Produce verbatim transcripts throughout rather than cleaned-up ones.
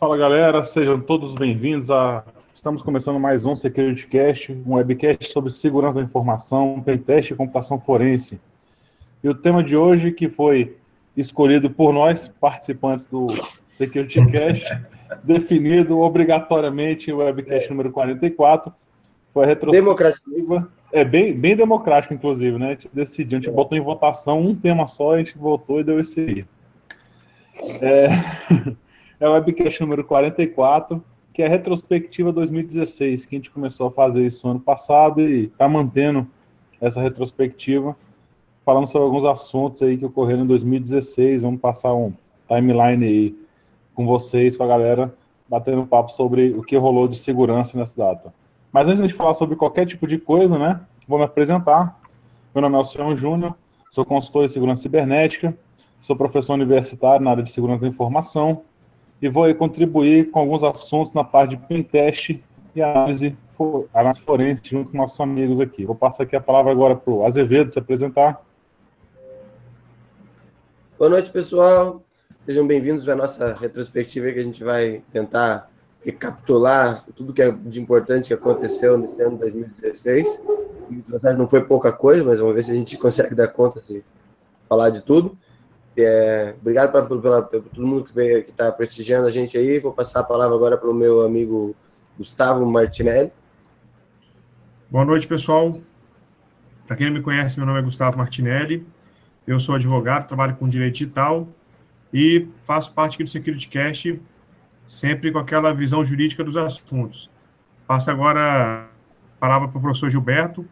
Fala galera, sejam todos bem-vindos a... Estamos começando mais um SecurityCast, um webcast sobre segurança da informação, pentest e computação forense. E o tema de hoje, que foi escolhido por nós, participantes do SecurityCast, definido obrigatoriamente o webcast número quarenta e quatro, foi a retrospectiva. É bem, bem democrático, inclusive, né? A gente decidiu, a gente é. botou em votação um tema só, a gente votou e deu esse aí. É... É o webcast número quarenta e quatro, que é a retrospectiva dois mil e dezesseis, que a gente começou a fazer isso ano passado e está mantendo essa retrospectiva, falando sobre alguns assuntos aí que ocorreram em dois mil e dezesseis. Vamos passar um timeline aí com vocês, com a galera, batendo um papo sobre o que rolou de segurança nessa data. Mas antes de falar sobre qualquer tipo de coisa, né, vou me apresentar. Meu nome é Alciano Júnior, sou consultor em segurança cibernética, sou professor universitário na área de segurança da informação, e vou aí contribuir com alguns assuntos na parte de pentest e análise, for, análise forense junto com nossos amigos aqui. Vou passar aqui a palavra agora para o Azevedo se apresentar. Boa noite, pessoal. Sejam bem-vindos à nossa retrospectiva, que a gente vai tentar recapitular tudo que é de importante que aconteceu nesse ano de dois mil e dezesseis. Não foi pouca coisa, mas vamos ver se a gente consegue dar conta de falar de tudo. É, obrigado pra, pela, por todo mundo que veio, que está prestigiando a gente aí. Vou passar a palavra agora para o meu amigo Gustavo Martinelli. Boa noite, pessoal. Para quem não me conhece, meu nome é Gustavo Martinelli. Eu sou advogado, trabalho com direito digital e faço parte aqui do SecurityCast, sempre com aquela visão jurídica dos assuntos. Passo agora a palavra para o professor Gilberto.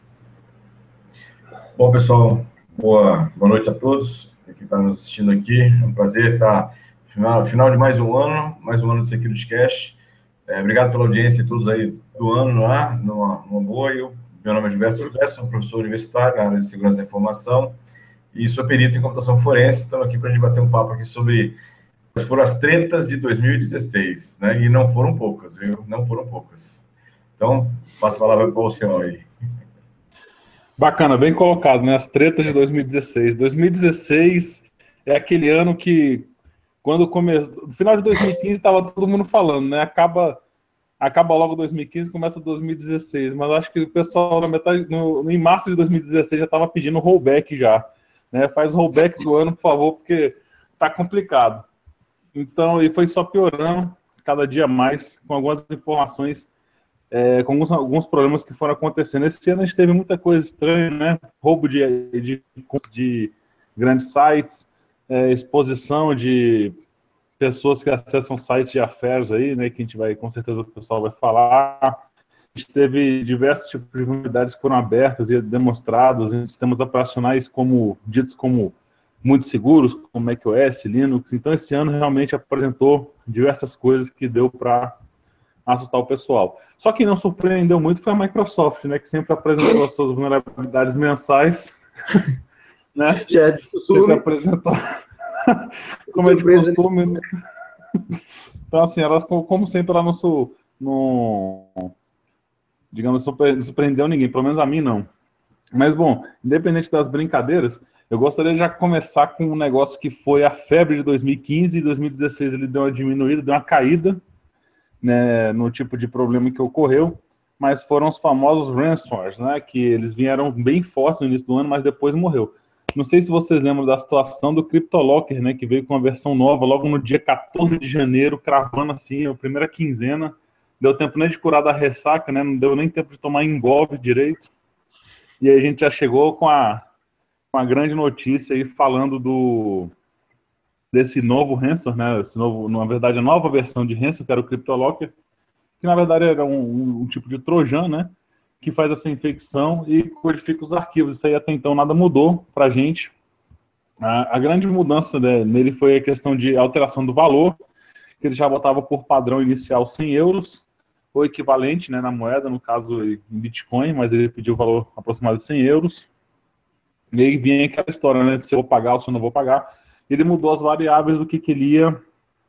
Bom, pessoal, boa, boa noite a todos que está nos assistindo aqui. É um prazer estar final, final de mais um ano, mais um ano do SecurityCast. É, obrigado pela audiência todos aí do ano lá, numa, numa boa. Eu, meu nome é Gilberto José, sou professor universitário na área de segurança da informação e sou perito em computação forense. Estamos aqui para a gente bater um papo aqui sobre quais foram as tretas de dois mil e dezesseis, né? E não foram poucas, viu? Não foram poucas. Então, passo a palavra para o senhor aí. Bacana, bem colocado, né? As tretas de dois mil e dezesseis. dois mil e dezesseis é aquele ano que, quando começou, no final de dois mil e quinze, estava todo mundo falando, né? Acaba, acaba logo dois mil e quinze, começa dois mil e dezesseis. Mas acho que o pessoal, na metade, no, em março de dois mil e dezesseis, já estava pedindo rollback já, né? Faz rollback do ano, por favor, porque tá complicado. Então, e foi só piorando cada dia mais, com algumas informações. É, com alguns, alguns problemas que foram acontecendo. Esse ano a gente teve muita coisa estranha, né? Roubo de, de, de grandes sites, é, exposição de pessoas que acessam sites de affairs aí, né? Que a gente vai, com certeza o pessoal vai falar. A gente teve diversos tipos de vulnerabilidades que foram abertas e demonstradas em sistemas operacionais como, ditos como muito seguros, como macOS, Linux. Então esse ano realmente apresentou diversas coisas que deu para assustar o pessoal. Só que não surpreendeu muito foi a Microsoft, né, que sempre apresentou as suas vulnerabilidades mensais, né? Já é de costume. Sempre apresentou como é de costume. Né? Então, assim, elas, como sempre, ela não, su, não digamos, não surpreendeu ninguém, pelo menos a mim, não. Mas, bom, independente das brincadeiras, eu gostaria de já começar com um negócio que foi a febre de dois mil e quinze e dois mil e dezesseis ele deu uma diminuída, deu uma caída, né, no tipo de problema que ocorreu, mas foram os famosos ransomwares, né, que eles vieram bem fortes no início do ano, mas depois morreu. Não sei se vocês lembram da situação do CryptoLocker, né, que veio com uma versão nova logo no dia quatorze de janeiro, cravando assim, a primeira quinzena, deu tempo nem de curar da ressaca, né, não deu nem tempo de tomar engolve direito, e aí a gente já chegou com a, com a grande notícia aí falando do... desse novo ransom, né, esse novo, na verdade, a nova versão de ransom, que era o CryptoLocker, que na verdade era um, um, um tipo de trojan, né, que faz essa infecção e codifica os arquivos. Isso aí até então nada mudou para a gente. A, a grande mudança, né, nele foi a questão de alteração do valor, que ele já botava por padrão inicial cem euros, ou equivalente, né, na moeda, no caso em Bitcoin, mas ele pediu o valor aproximado de cem euros. E aí vinha aquela história, né, se eu vou pagar ou se eu não vou pagar. Ele mudou as variáveis do que, que ele ia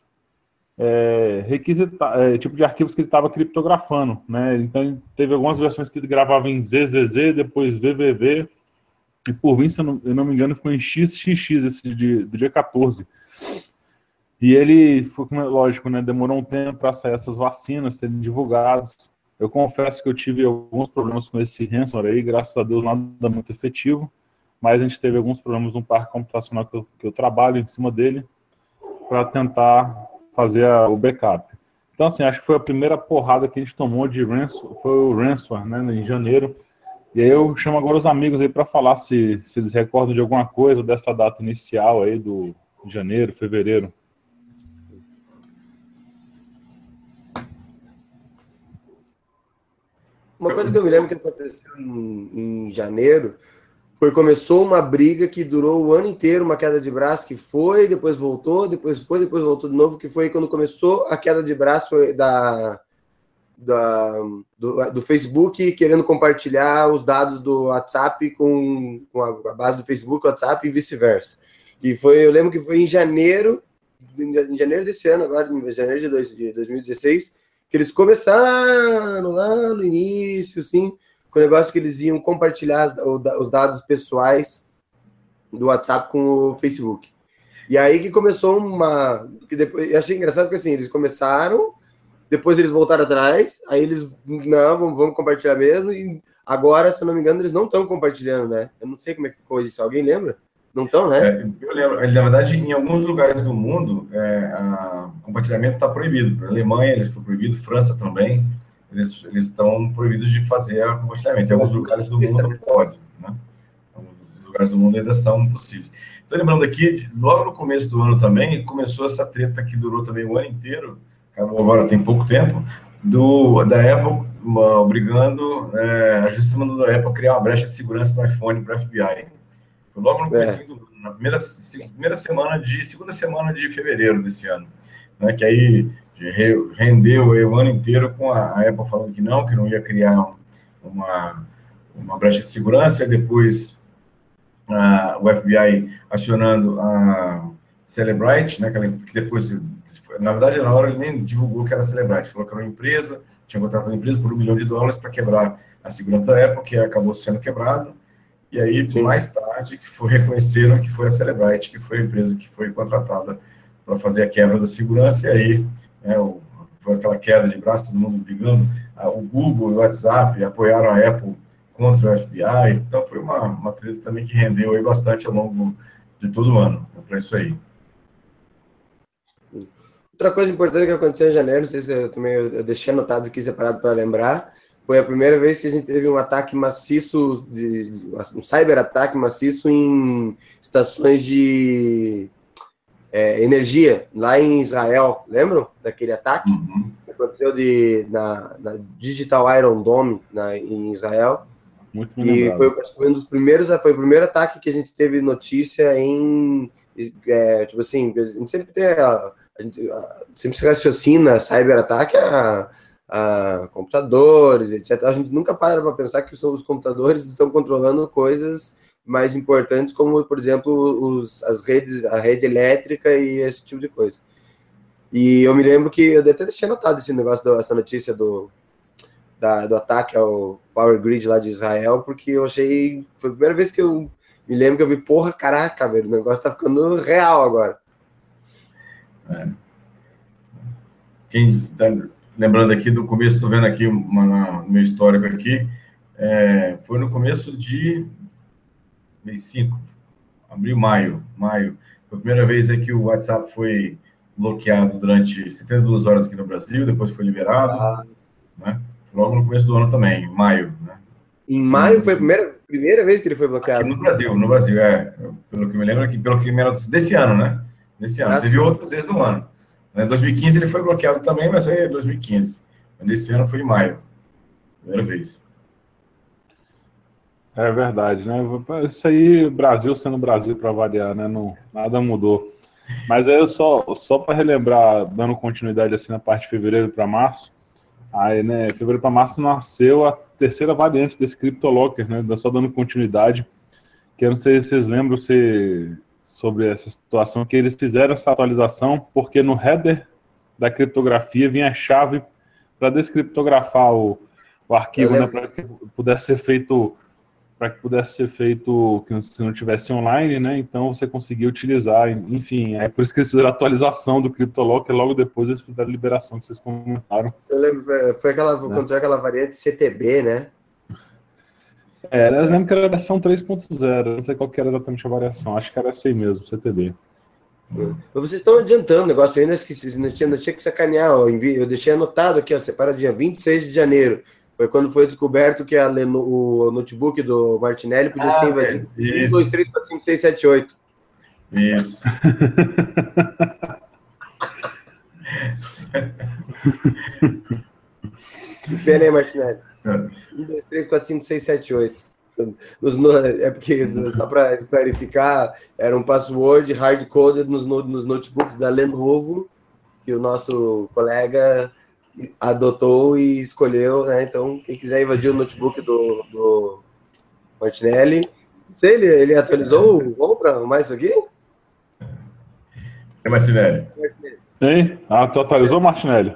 é, requisitar, é, tipo de arquivos que ele estava criptografando, né? Então teve algumas versões que ele gravava em Z Z Z, depois V V V, e por fim, se eu não, eu não me engano, ficou em X X X esse de, do dia quatorze. E ele, foi, lógico, né, demorou um tempo para sair essas vacinas, serem divulgadas. Eu confesso que eu tive alguns problemas com esse ransomware aí, graças a Deus nada muito efetivo, mas a gente teve alguns problemas no parque computacional que eu, que eu trabalho em cima dele, para tentar fazer a, o backup. Então, assim, acho que foi a primeira porrada que a gente tomou de ransomware, foi o ransomware, né, em janeiro. E aí eu chamo agora os amigos aí para falar se, se eles recordam de alguma coisa dessa data inicial aí do janeiro, fevereiro. Uma coisa que eu me lembro que aconteceu em, em janeiro foi começou uma briga que durou o ano inteiro, uma queda de braço que foi, depois voltou, depois foi, depois voltou de novo, que foi quando começou a queda de braço da, da, do, do Facebook querendo compartilhar os dados do WhatsApp com, com a, a base do Facebook, WhatsApp e vice-versa. E foi, eu lembro que foi em janeiro, em janeiro desse ano, agora, em janeiro de, dois, de dois mil e dezesseis, que eles começaram lá no início, assim, com o negócio que eles iam compartilhar os dados pessoais do WhatsApp com o Facebook. E aí que começou uma... Que depois, eu achei engraçado porque, assim, eles começaram, depois eles voltaram atrás, aí eles, não, vamos, vamos compartilhar mesmo, e agora, se eu não me engano, eles não estão compartilhando, né? Eu não sei como é que ficou isso. Alguém lembra? Não estão, né? É, eu lembro, na verdade, em alguns lugares do mundo, é, a, o compartilhamento está proibido. Na Alemanha, eles foi proibido, França também, eles, eles estão proibidos de fazer o compartilhamento. Em alguns lugares do mundo pode, né? Alguns lugares do mundo ainda são possíveis. Estou lembrando aqui, logo no começo do ano também, começou essa treta que durou também o ano inteiro, agora tem pouco tempo, do, da Apple uma, obrigando é, a justiça mandou da Apple criar uma brecha de segurança no iPhone para o F B I. Foi logo no começo, é. na primeira, primeira semana de, segunda semana de fevereiro desse ano, né, que aí rendeu o ano inteiro com a, a Apple falando que não, que não ia criar uma, uma brecha de segurança, e depois a, o F B I acionando a Cellebrite, né, que depois, na verdade, na hora ele nem divulgou que era Cellebrite, falou que era uma empresa, tinha contratado a empresa por um milhão de dólares para quebrar a segurança da Apple, que acabou sendo quebrada. E aí, Sim. mais tarde, que foi, reconheceram que foi a Cellebrite, que foi a empresa que foi contratada para fazer a quebra da segurança, e aí, né, o, foi aquela queda de braço, todo mundo brigando, o Google e o WhatsApp apoiaram a Apple contra o F B I, então foi uma, uma treta também que rendeu aí bastante ao longo de todo o ano, para isso aí. Outra coisa importante que aconteceu em janeiro, não sei se eu também eu deixei anotado aqui separado para lembrar, foi a primeira vez que a gente teve um ataque maciço, de, de, um cyber-ataque maciço em estações de é, energia, lá em Israel. Lembram daquele ataque uhum. que aconteceu de, na, na Digital Iron Dome, na, em Israel? Muito e foi, foi um dos primeiros, foi o primeiro ataque que a gente teve notícia em, é, tipo assim, a gente sempre tem, a, a gente sempre se raciocina cyber-ataque a a computadores, etcétera. A gente nunca para para pensar que os computadores estão controlando coisas mais importantes, como, por exemplo, os, as redes, a rede elétrica e esse tipo de coisa. E eu me lembro que eu até deixei anotado esse negócio, do, essa notícia do, da, do ataque ao Power Grid lá de Israel, porque eu achei, foi a primeira vez que eu me lembro que eu vi, porra, caraca, velho, o negócio tá ficando real agora. É. Quem tá lembrando aqui do começo, estou vendo aqui uma, no meu histórico aqui, é, foi no começo de mês cinco, abril, maio, maio. Foi a primeira vez aí que o WhatsApp foi bloqueado durante setenta e duas horas aqui no Brasil, depois foi liberado, ah. né? Logo no começo do ano também, em maio, né? Em Sim. maio foi a primeira, primeira vez que ele foi bloqueado? Aqui no Brasil, no Brasil, é. Pelo que me lembro, aqui, pelo que me lembro desse ano, né? Desse ano. Ah, Teve sim. outras vezes no ano. Em dois mil e quinze ele foi bloqueado também, mas aí é dois mil e quinze. Nesse ano foi em maio. Primeira vez. É verdade, né? Isso aí, Brasil sendo Brasil para variar, né? Não, nada mudou. Mas aí eu só, só para relembrar, dando continuidade assim na parte de fevereiro para março, aí, né, fevereiro para março nasceu a terceira variante desse CryptoLocker, né? Só dando continuidade, que eu não sei se vocês lembram se... sobre essa situação, que eles fizeram essa atualização porque no header da criptografia vinha a chave para descriptografar o, o arquivo, né, para que pudesse ser feito para que pudesse ser feito, que se não tivesse online, né? Então você conseguia utilizar, enfim, é por isso que eles fizeram a atualização do CryptoLock, que logo depois eles fizeram a liberação que vocês comentaram. Eu lembro, foi aquela, né? Aconteceu aquela variante C T B, né? É, eu lembro que era a versão três ponto zero, não sei qual que era exatamente a variação, acho que era essa aí mesmo, C T B. Mas vocês estão adiantando o negócio, eu ainda esqueci, ainda tinha, ainda tinha que sacanear, ó, eu deixei anotado aqui, ó, separa dia vinte e seis de janeiro, foi quando foi descoberto que a, o notebook do Martinelli podia ah, ser invadido. um, dois, três, quatro, cinco, seis, sete, oito. Isso. Que pena aí, Martinelli. um, dois, três, quatro, cinco, seis, sete, oito. É porque, só para clarificar, era um password hard-coded nos, nos notebooks da Lenovo, que o nosso colega adotou e escolheu, né? Então, quem quiser invadir o notebook do, do Martinelli, não sei, ele, ele atualizou o vamos para mais isso aqui? É Martinelli. Hein? Ah, tu atualizou, Martinelli?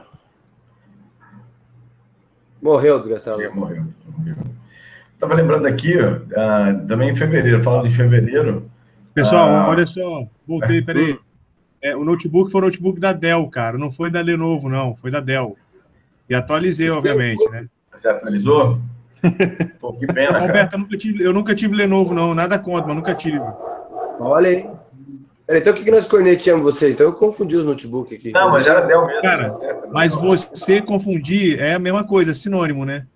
Morreu, desgraçado. Sim, morreu. morreu. Estava lembrando aqui, ó, uh, também em fevereiro, falando de fevereiro. Pessoal, uh, olha só, voltei, peraí. É, o notebook foi o notebook da Dell, cara, não foi da Lenovo, não, foi da Dell. E atualizei, obviamente, né? Você atualizou? Pô, que pena, Roberto, eu nunca, tive, eu nunca tive Lenovo, não, nada contra, mas nunca tive. Olha aí. Peraí, então o que, que nós corneteamos você? Então eu confundi os notebooks aqui. Não, mas era Dell mesmo. Cara, tá certo, mas não, você confundir é a mesma coisa, sinônimo, né?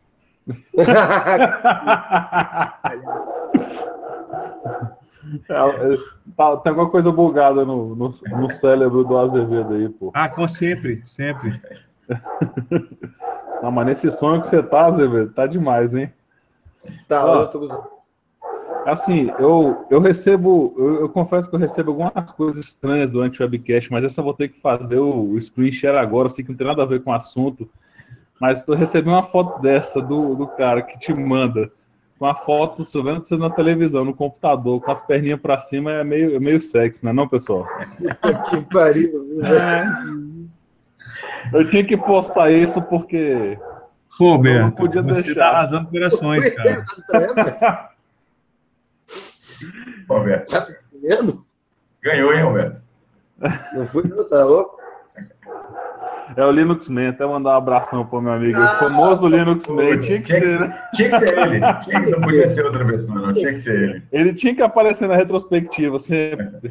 É, tá, tem alguma coisa bugada no, no, no cérebro do Azevedo aí, pô. Ah, com sempre, sempre. Não, mas nesse sonho que você tá, Azevedo, tá demais, hein? Tá, Ó, eu tô usando. Assim, eu, eu recebo, eu, eu confesso que eu recebo algumas coisas estranhas durante o webcast, mas essa eu vou ter que fazer o, o screen share agora, eu sei que não tem nada a ver com o assunto. Mas tu recebeu uma foto dessa do, do cara que te manda com a foto, você vendo você na televisão, no computador, com as perninhas pra cima, é meio, é meio sexy, né, não, pessoal? Que pariu. Eu tinha que postar isso porque... Pô, Roberto, não podia você deixar. tá arrasando corações, cara. Roberto. Tá percebendo? Ganhou, hein, Roberto? Não fui, não, tá louco? É o Linux Man, até mandar um abração pro meu amigo. Ah, o famoso Linux Man, tinha que tinha ser, que, né? Tinha que ser ele. Tinha que, não podia ser outra pessoa, não. Tinha que ser ele. Ele tinha que aparecer na retrospectiva sempre.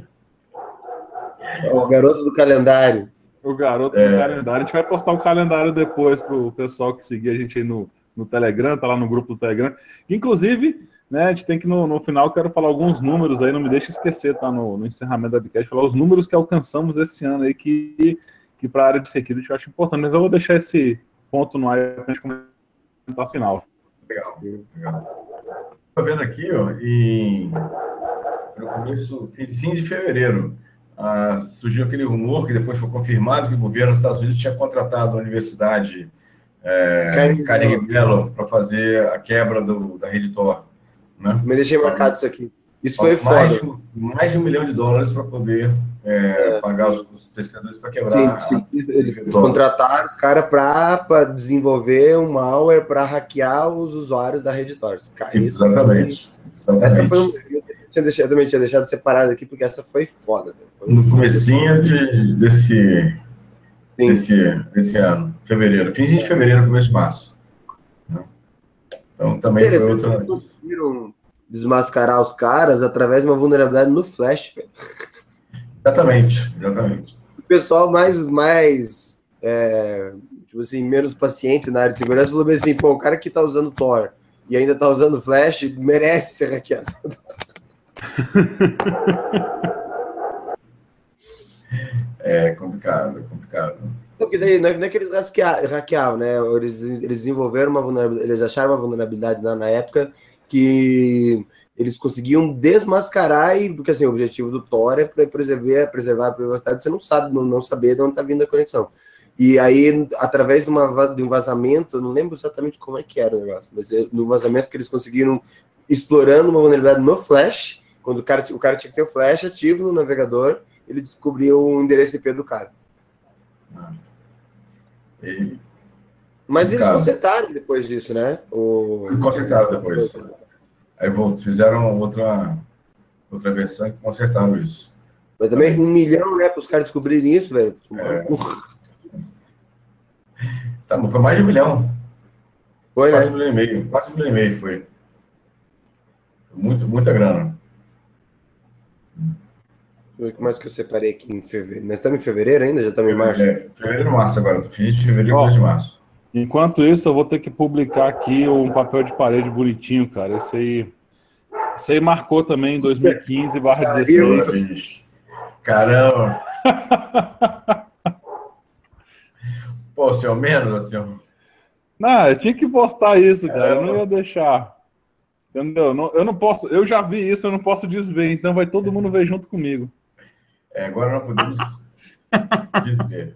O garoto do calendário. O garoto é. do calendário. A gente vai postar o calendário depois pro pessoal que seguir a gente aí no, no Telegram, tá lá no grupo do Telegram. Inclusive, né, a gente tem que, no, no final, quero falar alguns números aí, não me deixe esquecer, tá? No, no encerramento da webcast, falar os números que alcançamos esse ano aí, que... que para a área de security eu acho importante, mas eu vou deixar esse ponto no ar para a gente comentar no final. Legal, legal. Estou vendo aqui, ó, em, no começo, fim de fevereiro, ah, surgiu aquele rumor que depois foi confirmado que o governo dos Estados Unidos tinha contratado a universidade é, Carnegie Mellon para fazer a quebra do, da rede Tor. Né? Me deixei marcado isso aqui. Isso foi mais, foda. Mais de um milhão de dólares para poder é, é. pagar os, os prestadores para quebrar. Sim, sim. Eles contrataram os caras para desenvolver um malware para hackear os usuários da rede Tor. Exatamente. Exatamente. Essa foi um, eu, tinha deixado, eu também tinha deixado separado aqui, porque essa foi foda. Foi no comecinho de, desse, desse, desse ano, fevereiro. Finzinho de fevereiro, começo de março. Então também foi outra... Eles conseguiram desmascarar os caras através de uma vulnerabilidade no Flash, velho. Exatamente, exatamente. O pessoal mais, mais é, tipo assim, menos paciente na área de segurança falou assim, pô, o cara que tá usando Tor e ainda tá usando Flash merece ser hackeado. É complicado, é complicado. Porque daí não é, não é que eles hackeavam, né? Eles, eles desenvolveram uma vulnerabilidade, eles acharam uma vulnerabilidade na, na época que eles conseguiam desmascarar, e porque assim, o objetivo do Tor é para preservar, preservar a privacidade, você não sabe, não, não saber de onde está vindo a conexão. E aí, através de, uma, de um vazamento, eu não lembro exatamente como é que era o negócio, mas no vazamento que eles conseguiram, explorando uma vulnerabilidade no Flash, quando o cara, o cara tinha que ter o Flash ativo no navegador, ele descobriu o endereço I P do cara. Ah. E... Mas eles consertaram depois disso, né? O... Consertaram depois. Aí voltou, fizeram outra, outra versão que consertaram isso. Mas também um milhão, né, para os caras descobrirem isso, velho. É. Tá, foi mais de um milhão. Foi, quase né? um milhão e meio. Quase um milhão e meio foi. Muito, muita grana. O que mais que eu separei aqui em fevereiro? Nós estamos em fevereiro ainda? Já estamos em março? É, fevereiro e março agora. Fim de fevereiro Ó, e de março. Enquanto isso, eu vou ter que publicar aqui um papel de parede bonitinho, cara. Esse aí, esse aí marcou também em dois mil e quinze barra dezesseis. Caramba! Pô, senhor, menos assim. Não, eu tinha que postar isso, cara. Eu não ia deixar. Entendeu? Não, eu não posso. Eu já vi isso, eu não posso desver. Então vai todo mundo ver junto comigo. É, agora não podemos desver.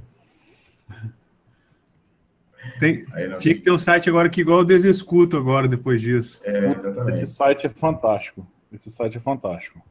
Tem, tinha que ter um site agora que igual eu desescuto agora, depois disso. É, exatamente. Esse site é fantástico. Esse site é fantástico.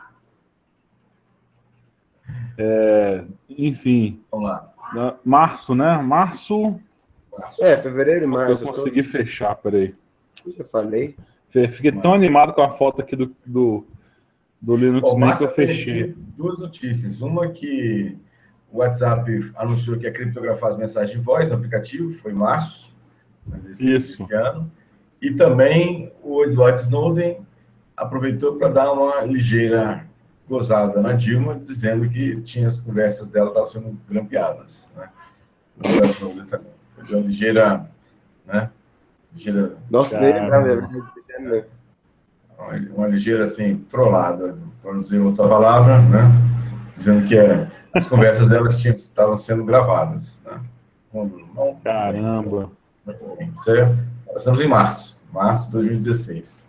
É, enfim. Vamos lá. Março, né? Março. É, fevereiro e março. Eu consegui tô... fechar, peraí. Já falei. Fiquei tão animado com a foto aqui do, do, do Linux Mint que eu fechei. Duas notícias. Uma que o WhatsApp anunciou que ia criptografar as mensagens de voz no aplicativo, foi em março desse, Isso. desse ano. E também o Edward Snowden aproveitou para dar uma ligeira gozada na Dilma, dizendo que tinha as conversas dela estavam sendo grampeadas. Né? O Edward Snowden também. Foi uma ligeira... Né? ligeira Nossa, nem lembrava, é verdade. Uma, uma ligeira, assim, trollada, para não dizer outra palavra, né? Dizendo que é, as conversas delas tinham, estavam sendo gravadas. Né? Não, Caramba! Muito bem. Isso é, nós estamos em março, março de dois mil e dezesseis.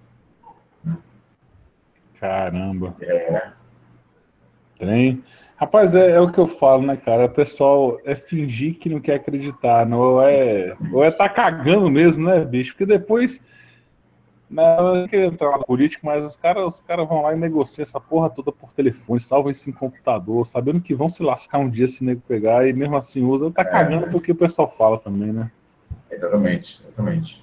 Caramba! É. Tem. Rapaz, é, é o que eu falo, né, cara? O pessoal é fingir que não quer acreditar, não, ou é, ou é tá cagando mesmo, né, bicho? Porque depois, não, eu não quero entrar na política, mas os caras os cara vão lá e negociam essa porra toda por telefone, salvam isso em computador, sabendo que vão se lascar um dia se nego pegar, e mesmo assim usa, tá cagando é. porque o pessoal fala também, né? Exatamente, exatamente.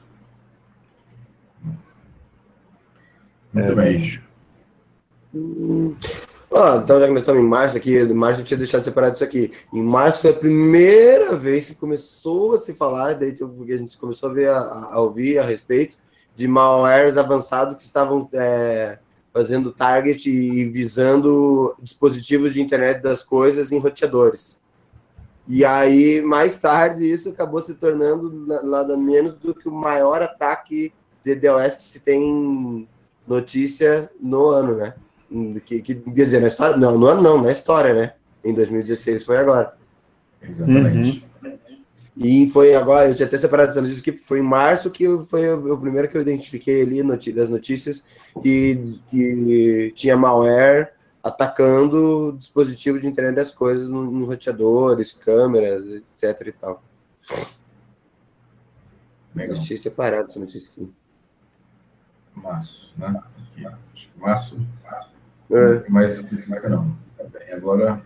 Muito é, bem. Bicho. Hum. Ah, então já que nós estamos em março aqui, em março eu tinha deixado separado isso aqui. Em março foi a primeira vez que começou a se falar, daí porque a gente começou a ver, a, a ouvir a respeito de malwares avançados que estavam é, fazendo target e visando dispositivos de internet das coisas em roteadores. E aí, mais tarde, isso acabou se tornando nada menos do que o maior ataque de DDoS que se tem notícia no ano, né? Que, que, quer dizer, na história, não, no ano não, na história, né? Em dois mil e dezesseis foi agora. Exatamente. Uhum. E foi agora, eu tinha até separado essa notícia que foi em março que foi o, o primeiro que eu identifiquei ali das notícias que, que tinha malware atacando o dispositivo de internet das coisas no, no roteadores, câmeras, etc e tal. Legal. Deixei separado essa notícia aqui. Março, né? Aqui. Março. É. Mas não. Agora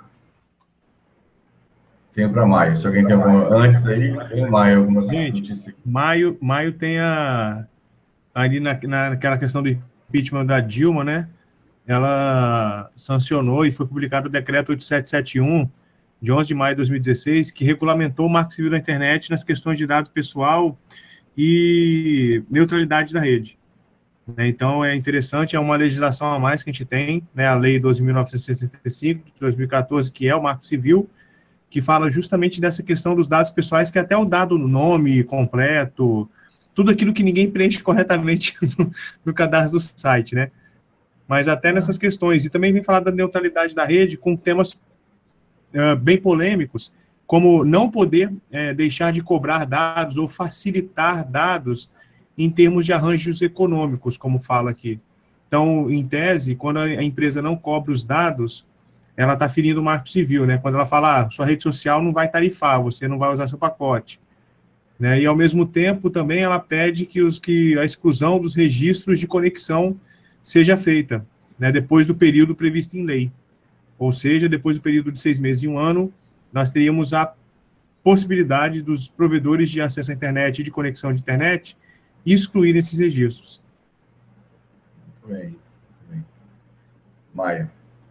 tem para maio. Se alguém tem alguma antes aí, tem maio algumas Gente, notícias. Maio, maio tem a ali na, naquela questão do impeachment da Dilma, né? Ela sancionou e foi publicado o decreto oito sete sete um de onze de maio de dois mil e dezesseis, que regulamentou o Marco Civil da Internet nas questões de dado pessoal e neutralidade da rede. Então, é interessante, é uma legislação a mais que a gente tem, né, a Lei doze mil novecentos e sessenta e cinco, de dois mil e quatorze, que é o Marco Civil, que fala justamente dessa questão dos dados pessoais, que é até o dado no nome completo, tudo aquilo que ninguém preenche corretamente no, no cadastro do site, né? Mas até nessas questões. E também vem falar da neutralidade da rede com temas uh, bem polêmicos, como não poder uh, deixar de cobrar dados ou facilitar dados em termos de arranjos econômicos, como fala aqui. Então, em tese, quando a empresa não cobra os dados, ela está ferindo o Marco Civil, né? Quando ela fala, ah, sua rede social não vai tarifar, você não vai usar seu pacote. Né? E, ao mesmo tempo, também ela pede que, os, que a exclusão dos registros de conexão seja feita, né? Depois do período previsto em lei. Ou seja, depois do período de seis meses e um ano, nós teríamos a possibilidade dos provedores de acesso à internet e de conexão de internet excluir esses registros. Também. Também. Maio.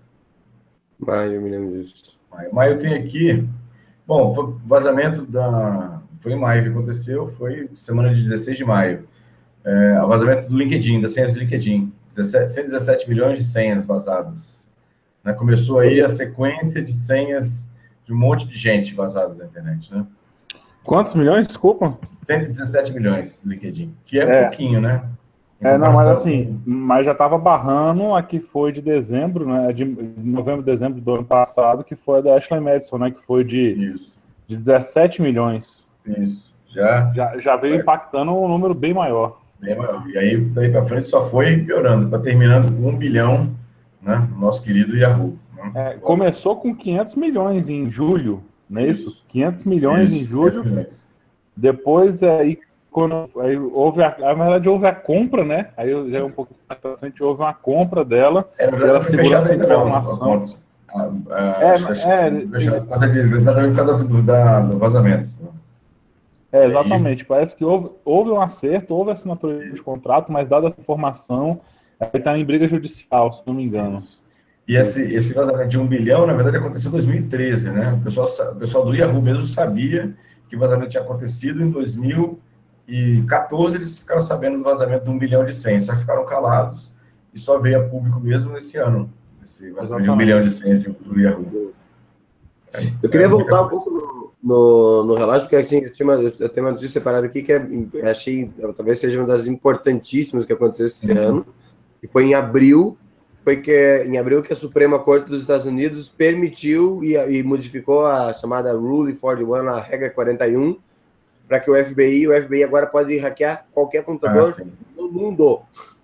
Maio, me lembro disso. Maio, maio tem aqui... Bom, foi vazamento da... Foi em maio que aconteceu, foi semana de dezesseis de maio. É, o vazamento do LinkedIn, das senhas do LinkedIn. cento e dezessete milhões de senhas vazadas. Né? Começou aí a sequência de senhas de um monte de gente vazadas na internet, né? Quantos milhões? Desculpa. cento e dezessete milhões no LinkedIn, que é, É. pouquinho, né? Em É, não, mas comparação assim, com- mas já estava barrando a que foi de dezembro, né? De novembro, dezembro do ano passado, que foi a da Ashley Madison, né? Que foi de, Isso, de dezessete milhões. isso. Já, Já, já veio Mas- impactando um número bem maior. bem maior. E aí, daí para frente, só foi piorando, para terminando com um bilhão, né? Nosso querido Yahoo. Né? É, começou com quinhentos milhões em julho, não é isso? Isso. quinhentos milhões em Isso, julho. dez milhões. Depois, aí, quando aí houve a, na verdade, houve a compra, né? Aí já um pouco mais pra frente houve uma compra dela. É, na Pela verdade, foi segurança fechado da ainda não, a informação. conta. A- a- É, acho que- acho que é, foi fechado por causa de- exatamente por causa do, da- do vazamento. É, exatamente. Parece que houve, houve um acerto, houve assinatura de contrato, mas dada essa informação, aí está em briga judicial, se não me engano. E esse, esse vazamento de um bilhão, na verdade, aconteceu em dois mil e treze, né? O pessoal, sa- o pessoal do Yahoo mesmo sabia que o vazamento tinha acontecido em dois mil e quatorze, eles ficaram sabendo do vazamento de um bilhão de senhas, só que ficaram calados e só veio a público mesmo nesse ano, esse vazamento de um Exatamente. bilhão de senhas de- do Yahoo. Eu queria É, voltar um coisa. pouco no, no, no relógio, porque assim, eu, tinha uma, eu tenho uma notícia separada aqui que é, eu achei, talvez seja uma das importantíssimas que aconteceu esse Uhum. ano, que foi em abril, foi que em abril que a Suprema Corte dos Estados Unidos permitiu e, e modificou a chamada Rule quarenta e um, a regra quarenta e um, para que o F B I, o F B I agora pode hackear qualquer Ah, computador sim. no mundo.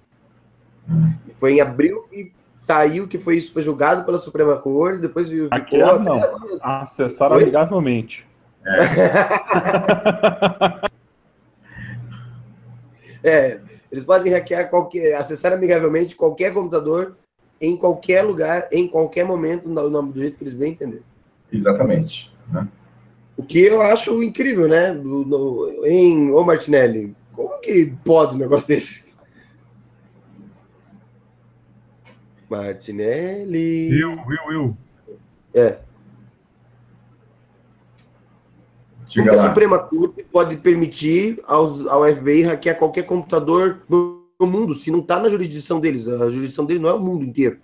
E foi em abril e saiu que foi isso foi julgado pela Suprema Corte, depois ficou Hackear, até não. agora. Acessar Oi? amigavelmente. É, eles podem hackear qualquer, acessar amigavelmente qualquer computador, em qualquer lugar, em qualquer momento, no nome do jeito que eles bem entenderem. Exatamente. Né? O que eu acho incrível, né? No, no, em Ô Martinelli, como que pode um negócio desse? Martinelli. Eu, eu, eu. É. Como Diga que a lá. Suprema Corte pode permitir aos, ao F B I hackear qualquer computador no, no mundo, se não está na jurisdição deles? A jurisdição deles não é o mundo inteiro.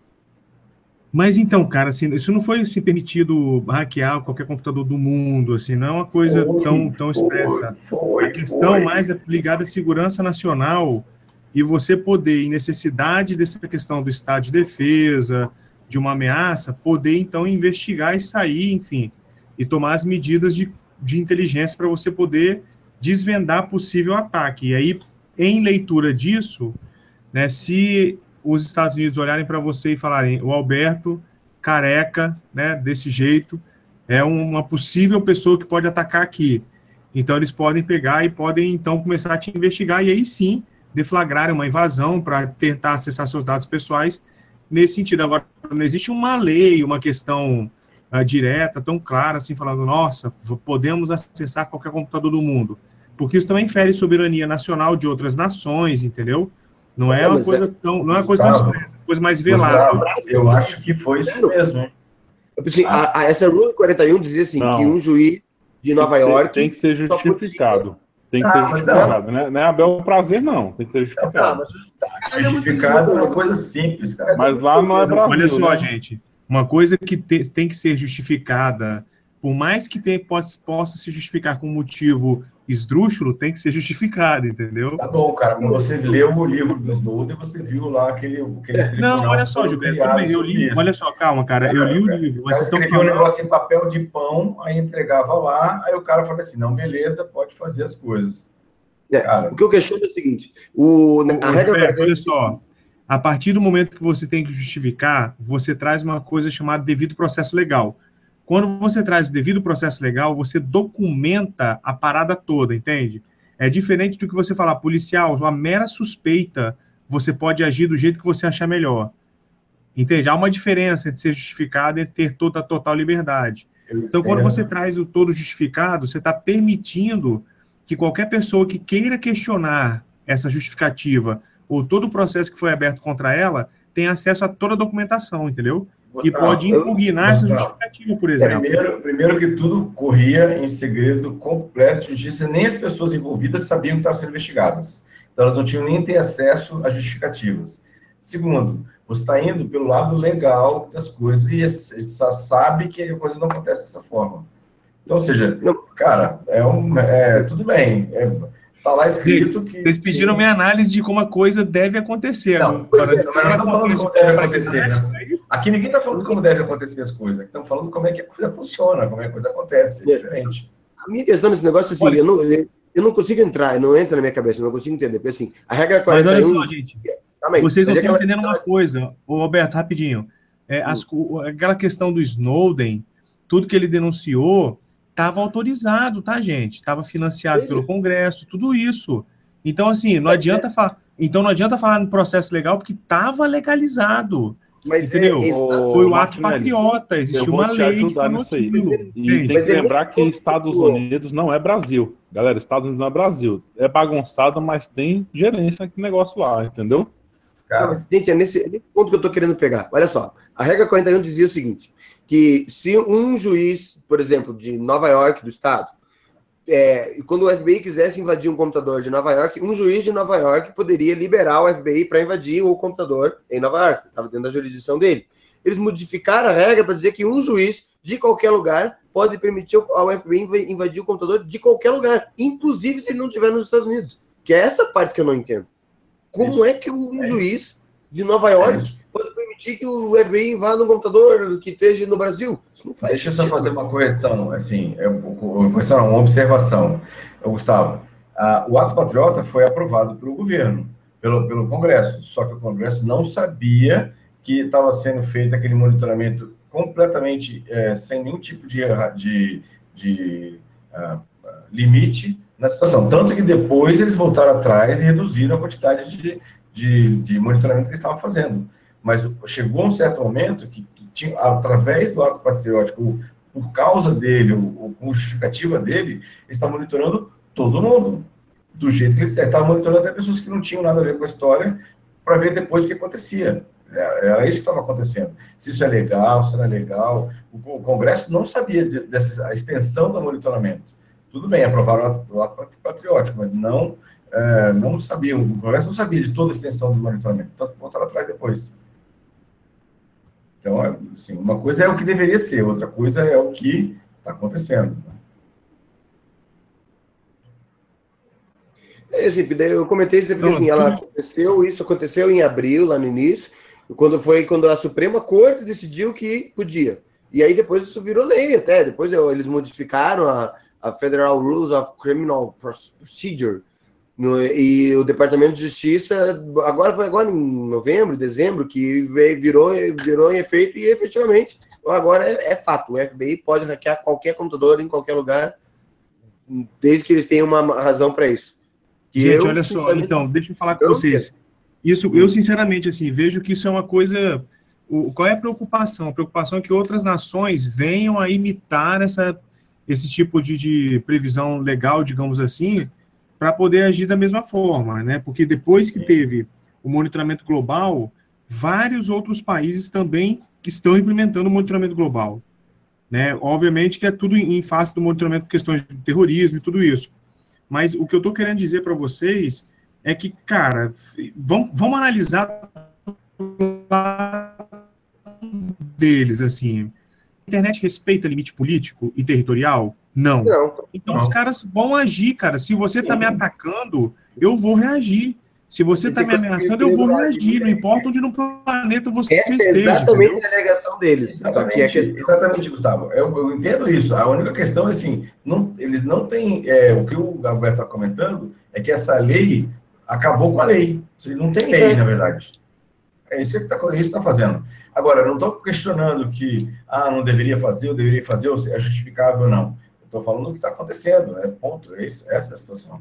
Mas então, cara, assim, isso não foi assim, permitido hackear qualquer computador do mundo, assim, não é uma coisa Foi, tão, tão foi, expressa. foi, A questão foi. mais é ligada à segurança nacional e você poder, em necessidade dessa questão do estado de defesa, de uma ameaça, poder, então, investigar e sair, enfim, e tomar as medidas de, de inteligência para você poder desvendar possível ataque. E aí, em leitura disso, né, se os Estados Unidos olharem para você e falarem o Alberto, careca, né, desse jeito, é uma possível pessoa que pode atacar aqui. Então, eles podem pegar e podem, então, começar a te investigar e aí sim deflagrar uma invasão para tentar acessar seus dados pessoais nesse sentido. Agora, não existe uma lei, uma questão uh, direta, tão clara, assim, falando, nossa, podemos acessar qualquer computador do mundo. Porque isso também fere soberania nacional de outras nações, entendeu? Não é, É, uma mas coisa é- tão, não é uma coisa tão Gustavo, expressa, é uma coisa mais velada. Gustavo, eu acho que foi isso mesmo, hein? Assim, a, a, essa Rule quarenta e um dizia assim, Não. que um juiz de Nova Tem que ser- York... Tem que ser só podia- justificado. Tem que Ah, ser mas justificado. Né? Não é Abel prazer, não. Tem que ser Ah, justificado. mas justificado é muito- Justificado é uma coisa simples, cara. Mas lá não é Brasil. Olha só, né? gente, uma coisa que te, tem que ser justificada, por mais que tem, pode, possa se justificar com motivo esdrúxulo, tem que ser justificada, entendeu? Tá bom, cara, mas você leu o livro do Snowden, você viu lá aquele, aquele tribunal Não, olha só, todo Gilberto, criado tudo bem, eu sobre li, isso. olha só, calma, cara, eu li o livro, O mas cara vocês estão escreveu um falando... negócio em papel de pão, aí entregava lá, aí o cara falou assim, não, beleza, pode fazer as coisas. É, Cara, o que eu questiono é o seguinte, o, a Ô, regra Gilberto, olha só, a partir do momento que você tem que justificar, você traz uma coisa chamada devido processo legal. Quando você traz o devido processo legal, você documenta a parada toda, entende? É diferente do que você falar, policial, uma mera suspeita, você pode agir do jeito que você achar melhor. Entende? Há uma diferença entre ser justificado e ter toda a total liberdade. Então, quando você traz o todo justificado, você está permitindo que qualquer pessoa que queira questionar essa justificativa ou todo o processo que foi aberto contra ela, tem acesso a toda a documentação, entendeu? Gustavo, e pode impugnar essa justificativa, por exemplo. Primeiro, primeiro que tudo corria em segredo completo de justiça, nem as pessoas envolvidas sabiam que estavam sendo investigadas. Então, elas não tinham nem ter acesso a justificativas. Segundo, você está indo pelo lado legal das coisas e a gente só sabe que a coisa não acontece dessa forma. Então, ou seja, cara, é, um, é tudo bem, é, tá lá escrito que... Vocês pediram sim. minha análise de como a coisa deve acontecer. Não, pois é, mas não estamos falando como deve acontecer, né? Aqui ninguém está falando como deve acontecer as coisas, aqui estamos falando como é que a coisa funciona, como é que a coisa acontece, é diferente. A minha questão nesse negócio é assim, eu não, eu não consigo entrar, não entra na minha cabeça, eu não consigo entender, porque assim, a regra quarenta e um... Mas olha só, gente, também, vocês não estão aquela... entendendo uma coisa, ô Roberto, rapidinho, é, as, aquela questão do Snowden, tudo que ele denunciou, estava autorizado, tá, gente? Estava financiado Sim. pelo Congresso, tudo isso. Então, assim, não adianta falar. Então não adianta falar no processo legal, porque estava legalizado. Mas entendeu? É, foi o ato patriota, existiu uma lei que falou aquilo. E tem que lembrar que Estados Unidos não é Brasil. Galera, Estados Unidos não é Brasil. É bagunçado, mas tem gerência aqui negócio lá, entendeu? Cara, mas, gente, é nesse, é nesse ponto que eu tô querendo pegar. Olha só, a regra quarenta e um dizia o seguinte, que se um juiz, por exemplo, de Nova York, do estado, é, quando o F B I quisesse invadir um computador de Nova York, um juiz de Nova York poderia liberar o F B I para invadir o computador em Nova York, estava dentro da jurisdição dele. Eles modificaram a regra para dizer que um juiz de qualquer lugar pode permitir ao F B I invadir o computador de qualquer lugar, inclusive se ele não estiver nos Estados Unidos. Que é essa parte que eu não entendo. Como Isso. é que um é. juiz de Nova York é. pode permitir que o F B I invada um computador que esteja no Brasil? Isso não faz Deixa sentido. eu só fazer uma correção, assim, é, uma observação. Gustavo, a, o ato patriota foi aprovado pelo governo, pelo, pelo Congresso, só que o Congresso não sabia que estava sendo feito aquele monitoramento completamente é, sem nenhum tipo de, de, de uh, limite na situação. Tanto que depois eles voltaram atrás e reduziram a quantidade de, de, de monitoramento que eles estavam fazendo. Mas chegou um certo momento que, que tinha, através do ato patriótico, por causa dele, ou com justificativa dele, eles estavam monitorando todo mundo, do jeito que eles estavam monitorando até pessoas que não tinham nada a ver com a história, para ver depois o que acontecia. Era isso que estava acontecendo. Se isso é legal, se não é legal. O Congresso não sabia dessa a extensão do monitoramento. Tudo bem, aprovaram o ato patriótico, mas não, é, não sabia, o Congresso não sabia de toda a extensão do monitoramento, tanto voltaram atrás depois. Então, assim, uma coisa é o que deveria ser, outra coisa é o que está acontecendo. É, assim, eu comentei isso porque assim, ela aconteceu, isso aconteceu em abril, lá no início, quando foi quando a Suprema Corte decidiu que podia. E aí depois isso virou lei até, depois eles modificaram a, a Federal Rules of Criminal Procedure, no, e o Departamento de Justiça, agora foi agora em novembro, dezembro, que veio, virou, virou em efeito, e efetivamente agora é, é fato, o F B I pode hackear qualquer computador em qualquer lugar, desde que eles tenham uma razão para isso. E Gente, eu, olha só, então, deixa eu falar com vocês. Isso, eu, sinceramente, assim, vejo que isso é uma coisa... O, qual é a preocupação? A preocupação é que outras nações venham a imitar essa, esse tipo de, de previsão legal, digamos assim, para poder agir da mesma forma, né? Porque depois que teve o monitoramento global, vários outros países também estão implementando o monitoramento global, né? Obviamente que é tudo em face do monitoramento de questões de terrorismo e tudo isso. Mas o que eu estou querendo dizer para vocês é que, cara, vamos, vamos analisar deles, assim. A internet respeita limite político e territorial? Não. Não. Então não. Os caras vão agir, cara. Se você está me atacando, eu vou reagir. Se você está me ameaçando, eu vou reagir. Não importa onde no planeta você Essa esteja. Essa é exatamente entendeu? A alegação deles. Exatamente, é questão... exatamente Gustavo. Eu, eu entendo isso. A única questão é assim, não, eles não têm... É, o que o Alberto está comentando é que essa lei acabou com a lei. Não tem lei, é. na verdade. É isso que está está fazendo. Agora, eu não estou questionando que ah, não deveria fazer, ou deveria fazer, ou é justificável ou não. Eu estou falando do que está acontecendo, né? Ponto. É isso, essa é a situação.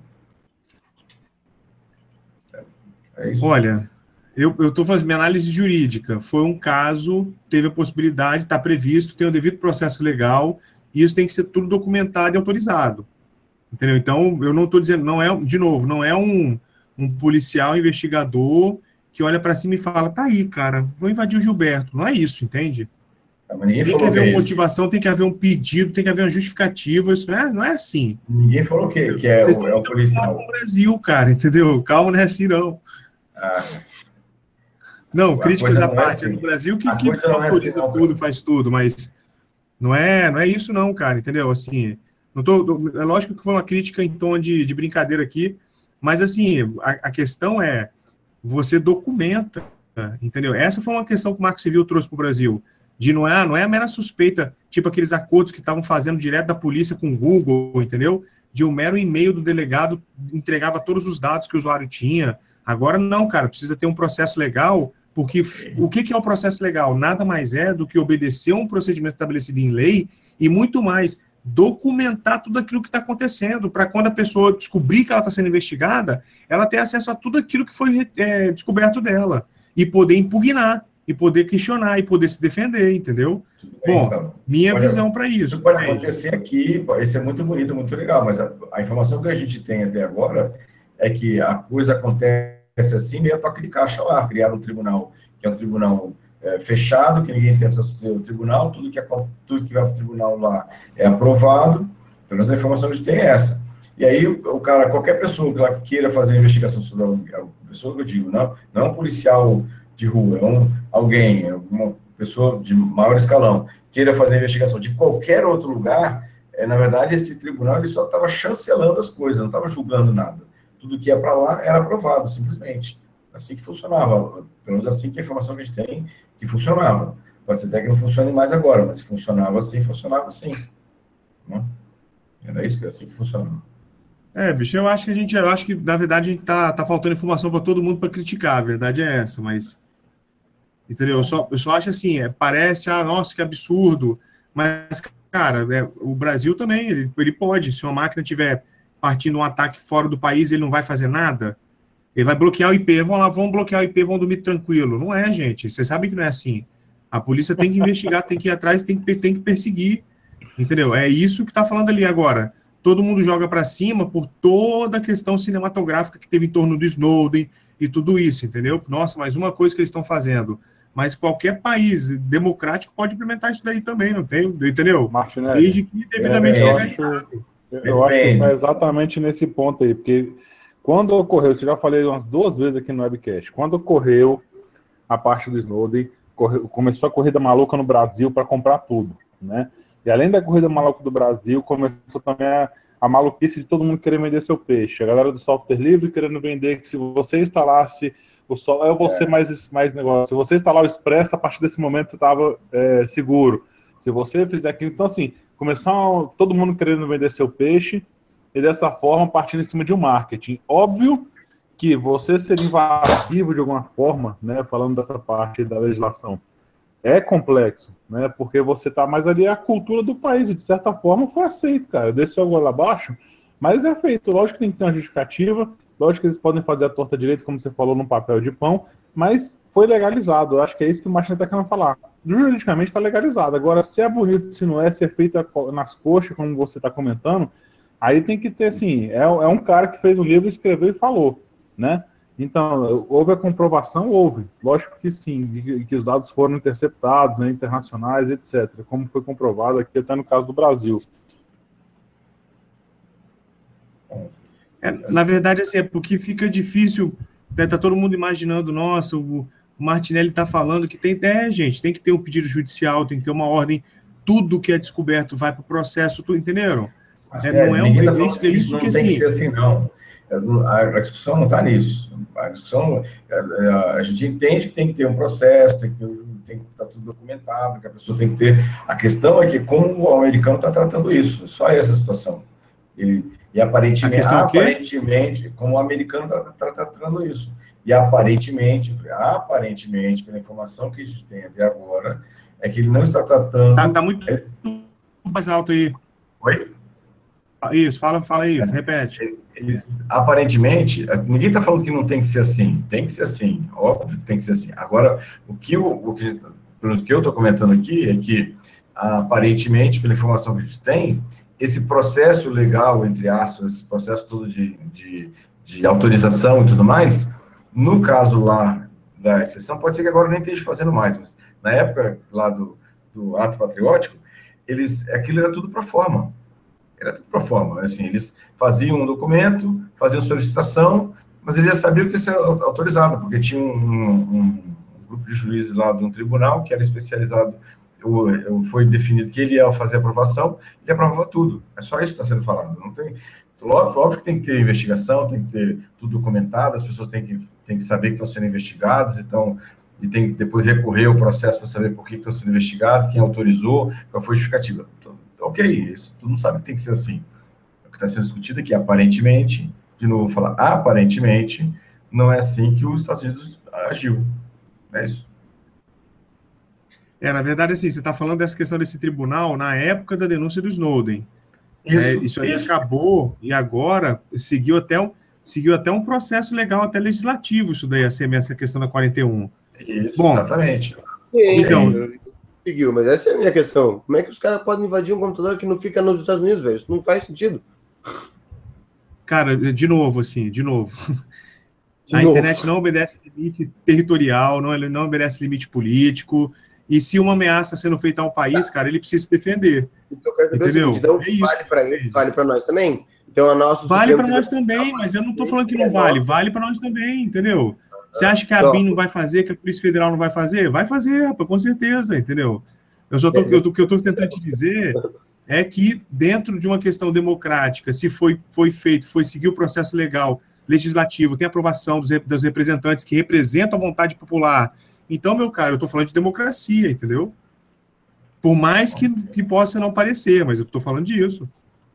É isso. Olha, eu estou fazendo minha análise jurídica. Foi um caso, teve a possibilidade, está previsto, tem o devido processo legal, e isso tem que ser tudo documentado e autorizado. Entendeu? Então, eu não estou dizendo, não é, de novo, não é um, um policial investigador que olha para cima e fala, tá aí, cara, vou invadir o Gilberto. Não é isso, entende? Ninguém tem que haver que uma motivação, tem que haver um pedido, tem que haver uma justificativa, isso não é, não é assim. Ninguém falou que, que é, o, é o policial. No Brasil, cara, entendeu? Calma, não é assim, não. Ah, não, críticas à não parte, é, assim. é no Brasil que, a que não autoriza é assim, tudo, faz tudo, mas não é, não é isso não, cara, entendeu? Assim, não tô, é lógico que foi uma crítica em tom de, de brincadeira aqui, mas assim, a, a questão é, você documenta, entendeu? Essa foi uma questão que o Marco Civil trouxe para o Brasil, de não é, não é a mera suspeita, tipo aqueles acordos que estavam fazendo direto da polícia com o Google, entendeu? De um mero e-mail do delegado entregava todos os dados que o usuário tinha. Agora não, cara, precisa ter um processo legal, porque o que, que é o processo legal? Nada mais é do que obedecer um procedimento estabelecido em lei e muito mais, documentar tudo aquilo que está acontecendo, para quando a pessoa descobrir que ela está sendo investigada, ela ter acesso a tudo aquilo que foi é, descoberto dela e poder impugnar, e poder questionar, e poder se defender, entendeu? Bem, Bom, então, minha pode, visão para isso. Isso pode entende? acontecer aqui, isso é muito bonito, muito legal, mas a, a informação que a gente tem até agora é que a coisa acontece assim, meio a toque de caixa lá, criar um tribunal, que é um tribunal é, fechado, que ninguém tem acesso ao tribunal, tudo que, é, tudo que vai para o tribunal lá é aprovado, pelo menos a informação que a gente tem é essa. E aí, o, o cara, qualquer pessoa que, lá, que queira fazer uma investigação sobre a, a pessoa que eu digo, não, não é um policial de rua, é um, alguém, uma pessoa de maior escalão, queira fazer investigação de qualquer outro lugar, é, na verdade, esse tribunal ele só estava chancelando as coisas, não estava julgando nada. Tudo que ia para lá era aprovado, simplesmente. Assim que funcionava, pelo menos assim que a informação que a gente tem, que funcionava. Pode ser até que não funcione mais agora, mas se funcionava assim, funcionava assim. Né? Era isso, que era assim que funcionava. É, bicho, eu acho que a gente, eu acho que, na verdade, a gente tá, tá faltando informação para todo mundo para criticar, a verdade é essa, mas, entendeu? Eu só, eu só acho assim, é, parece, ah, nossa, que absurdo, mas, cara, é, o Brasil também, ele, ele pode, se uma máquina tiver partindo um ataque fora do país, ele não vai fazer nada, ele vai bloquear o I P, vão lá, vão bloquear o I P, vão dormir tranquilo, não é, gente, vocês sabem que não é assim, a polícia tem que investigar, tem que ir atrás, tem que, tem que perseguir, entendeu? É isso que tá falando ali agora. Todo mundo joga para cima por toda a questão cinematográfica que teve em torno do Snowden e tudo isso, entendeu? Nossa, mais uma coisa que eles estão fazendo. Mas qualquer país democrático pode implementar isso daí também, não tem? Entendeu? Martinelli, desde que devidamente é, eu legalizado. Acho, eu acho que está exatamente nesse ponto aí, porque quando ocorreu, eu já falei umas duas vezes aqui no webcast, quando ocorreu a parte do Snowden, correu, começou a corrida maluca no Brasil para comprar tudo, né? E além da corrida maluca do Brasil, começou também a, a maluquice de todo mundo querer vender seu peixe. A galera do software livre querendo vender que se você instalasse o software, eu vou ser mais, mais negócio. Se você instalar o Express, a partir desse momento você estava é, seguro. Se você fizer aquilo... Então, assim, começou a, todo mundo querendo vender seu peixe e dessa forma partindo em cima de um marketing. Óbvio que você ser invasivo de alguma forma, né, falando dessa parte da legislação, é complexo, né? Porque você tá mais ali a cultura do país, e de certa forma foi aceito, cara. Desceu agora lá abaixo, mas é feito. Lógico que tem que ter uma justificativa, lógico que eles podem fazer a torta direito, como você falou, num papel de pão, mas foi legalizado. Eu acho que é isso que o Martin está querendo falar. Juridicamente está legalizado. Agora, se é bonito, se não é, se é feito nas coxas, como você está comentando, aí tem que ter, assim, é, é um cara que fez um livro, escreveu e falou, né? Então, houve a comprovação? Houve. Lógico que sim, de que os dados foram interceptados, né, internacionais, etcétera, como foi comprovado aqui até no caso do Brasil. É, na verdade, assim, é porque fica difícil, né, tá todo mundo imaginando, nossa, o, o Martinelli está falando que tem, é, gente, tem que ter um pedido judicial, tem que ter uma ordem, tudo que é descoberto vai para o processo, tudo, entenderam? É, é, não é um... É isso, é isso não que, tem assim... que ser assim, não. A, a discussão não está nisso. A discussão, a, a gente entende que tem que ter um processo, tem que ter, tem que estar tudo documentado, que a pessoa tem que ter... A questão é que como o americano está tratando isso, só essa situação. Ele, e aparentemente, aparentemente como o americano está tá tratando isso. E aparentemente, aparentemente, pela informação que a gente tem até agora, é que ele não está tratando... Está tá muito é... mais alto aí. Oi? Isso, fala, fala aí, é. repete. Ele, ele, aparentemente, ninguém está falando que não tem que ser assim. Tem que ser assim, óbvio que tem que ser assim. Agora, o que, o, o que, pelo que eu estou comentando aqui é que, aparentemente, pela informação que a gente tem, esse processo legal, entre aspas, esse processo todo de, de, de autorização e tudo mais, no caso lá da exceção, pode ser que agora nem esteja fazendo mais, mas na época lá do, do ato patriótico, eles, aquilo era tudo pro forma. Era tudo pro forma. Assim, eles faziam um documento, faziam solicitação, mas eles já sabiam que ia ser autorizado, porque tinha um, um, um grupo de juízes lá de um tribunal que era especializado, foi definido que ele ia fazer a aprovação, ele aprovava tudo. É só isso que está sendo falado. Não tem, óbvio, óbvio que tem que ter investigação, tem que ter tudo documentado, as pessoas têm que, têm que saber que estão sendo investigadas, então, e tem que depois recorrer ao processo para saber por que estão sendo investigados, quem autorizou, qual foi a justificativa. Então, ok, isso todo mundo sabe que tem que ser assim. O que está sendo discutido é que, aparentemente, de novo, vou falar, aparentemente, não é assim que os Estados Unidos agiu. É isso. É, na verdade, assim, você está falando dessa questão desse tribunal na época da denúncia do Snowden. Isso, é, isso aí isso. Acabou e agora seguiu até, um, seguiu até um processo legal, até legislativo, isso daí, assim, essa questão da quarenta e um. Isso, bom, exatamente. Então, seguiu, mas essa é a minha questão. Como é que os caras podem invadir um computador que não fica nos Estados Unidos, velho? Isso não faz sentido. Cara, de novo, assim, de novo. De a novo. internet não obedece limite territorial, não, não obedece limite político. E se uma ameaça sendo feita a um país, cara, ele precisa se defender. Então, eu quero saber entendeu? o seguinte, então, é vale para eles, vale para nós também? Então, a nossa vale para nós também, mas eu não estou falando que não vale. Vale para nós também, entendeu? Você acha que a ABIN não vai fazer, que a Polícia Federal não vai fazer? Vai fazer, rapaz, com certeza, entendeu? Eu só tô, eu, o que eu estou tentando te dizer é que dentro de uma questão democrática, se foi, foi feito, foi seguir o processo legal, legislativo, tem aprovação dos, dos representantes que representam a vontade popular. Então, meu cara, eu estou falando de democracia, entendeu? Por mais que, que possa não parecer, mas eu estou falando disso.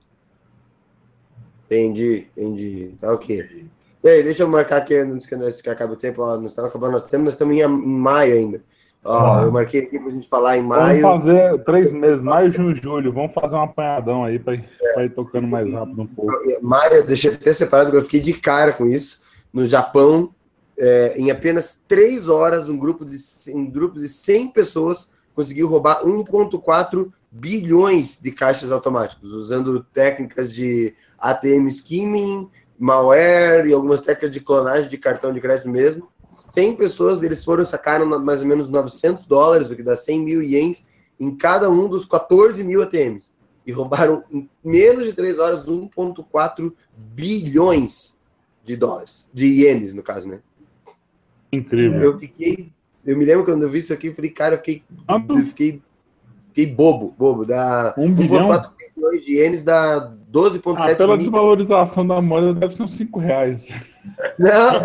Entendi, entendi. Tá ok. E aí, deixa eu marcar aqui, antes que, nós, que acabe o tempo, ó, nós estamos acabando nosso tempo, nós estamos em, em maio ainda. Ó, ah. Eu marquei aqui para a gente falar em maio. Vamos fazer três meses, maio, junho, julho. Vamos fazer um apanhadão aí para é. ir tocando mais rápido um pouco. Maio, deixei até separado, porque eu fiquei de cara com isso. No Japão, é, em apenas três horas, um grupo de, um grupo de cem pessoas conseguiu roubar um vírgula quatro bilhões de caixas automáticos, usando técnicas de A T M skimming, malware e algumas técnicas de clonagem de cartão de crédito mesmo. cem pessoas, eles foram, sacaram mais ou menos novecentos dólares, o que dá cem mil ienes, em cada um dos quatorze mil A T Ms. E roubaram, em menos de três horas, um vírgula quatro bilhões de dólares. De ienes, no caso, né? Incrível. Eu fiquei... Eu me lembro quando eu vi isso aqui, eu falei, cara, eu fiquei... Eu fiquei, fiquei bobo, bobo. Dá um vírgula quatro bilhões de ienes, dá doze vírgula sete ah, pela mil. desvalorização da moeda, deve ser uns cinco reais. Não!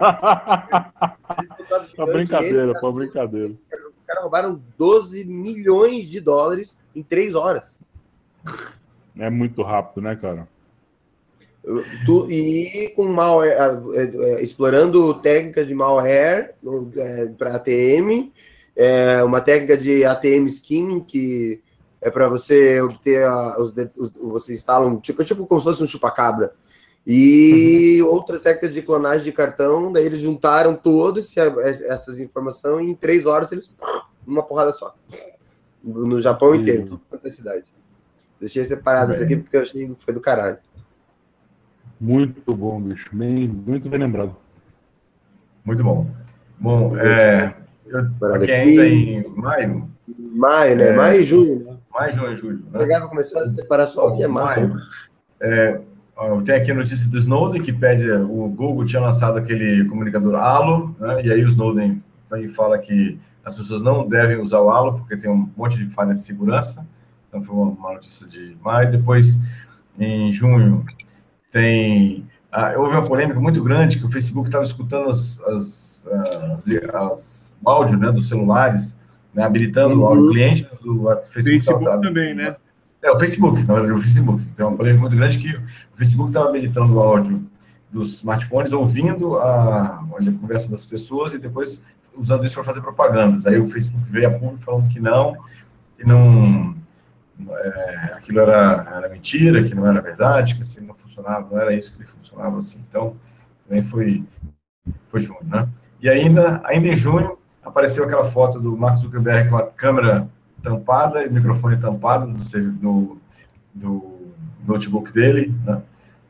Pra brincadeira, pra brincadeira. Os caras roubaram doze milhões de dólares em três horas. É muito rápido, né, cara? Tu, e com malware, explorando técnicas de malware é, para A T M, é, uma técnica de A T M skimming, que é para você obter a, os, os, você instala um tipo, tipo como se fosse um chupacabra. E uhum. outras técnicas de clonagem de cartão, daí eles juntaram todas essas informações e em três horas eles, uma porrada só. No Japão uhum. inteiro, tudo quanto é cidade. Deixei separado isso aqui porque eu achei que foi do caralho. Muito bom, bicho. Bem, muito bem lembrado. Muito bom. Bom, é, eu, aqui ainda em maio. Maio, né? É, maio e julho. Né? Maio, junho e julho. Né? Pegar para começar a separar só o que é massa. Maio, é, tem aqui a notícia do Snowden, que pede, o Google tinha lançado aquele comunicador Halo, né, e aí o Snowden fala que as pessoas não devem usar o Halo, porque tem um monte de falha de segurança. Então foi uma notícia de maio. Depois, em junho, tem... Ah, houve uma polêmica muito grande, que o Facebook estava escutando as, as, as, as, o áudio, né, dos celulares, né, habilitando uhum. o áudio cliente do Facebook. Facebook tava, também, né? É, o Facebook, na verdade, o Facebook. Tem uma polêmica muito grande que o Facebook estava habilitando o áudio dos smartphones, ouvindo a, a conversa das pessoas e depois usando isso para fazer propagandas. Aí o Facebook veio a público falando que não, que não, é, aquilo era, era mentira, que não era verdade, que assim não funcionava, não era isso que funcionava assim. Então, também foi, foi junho, né? E ainda, ainda em junho, apareceu aquela foto do Mark Zuckerberg com a câmera tampada e o microfone tampado no, no, no notebook dele, né?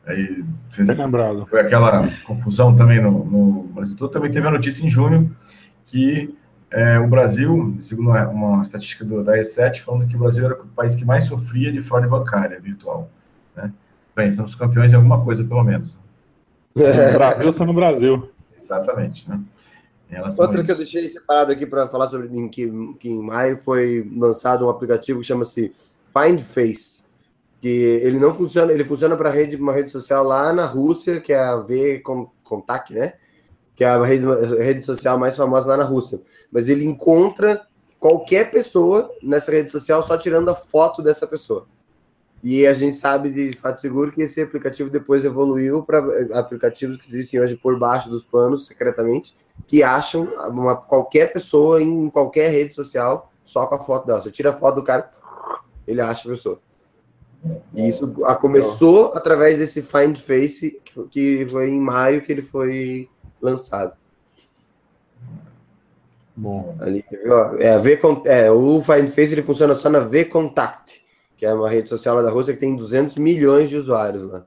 Aí fez, lembrado. Foi aquela confusão também no, no Brasil todo. Também teve a notícia em junho que é, o Brasil, segundo uma, uma estatística do, da E sete, falando que o Brasil era o país que mais sofria de fraude bancária virtual. Né? Bem, somos campeões em alguma coisa, pelo menos. Brasil sendo Brasil. Exatamente, né? Outra que eu deixei separado aqui para falar sobre em que, que em maio foi lançado um aplicativo que chama-se Find Face, que ele não funciona, ele funciona para rede, uma rede social lá na Rússia, que é a VKontakte, né? Que é a rede, a rede social mais famosa lá na Rússia. Mas ele encontra qualquer pessoa nessa rede social só tirando a foto dessa pessoa. E a gente sabe de fato seguro que esse aplicativo depois evoluiu para aplicativos que existem hoje por baixo dos panos, secretamente, que acham uma, qualquer pessoa em qualquer rede social só com a foto dela. Você tira a foto do cara, ele acha a pessoa. E isso começou através desse Find Face, que foi em maio que ele foi lançado. Bom. Ali, ó, é, a v, é, o Find Face ele funciona só na VKontakte, que é uma rede social lá da Rússia que tem duzentos milhões de usuários lá.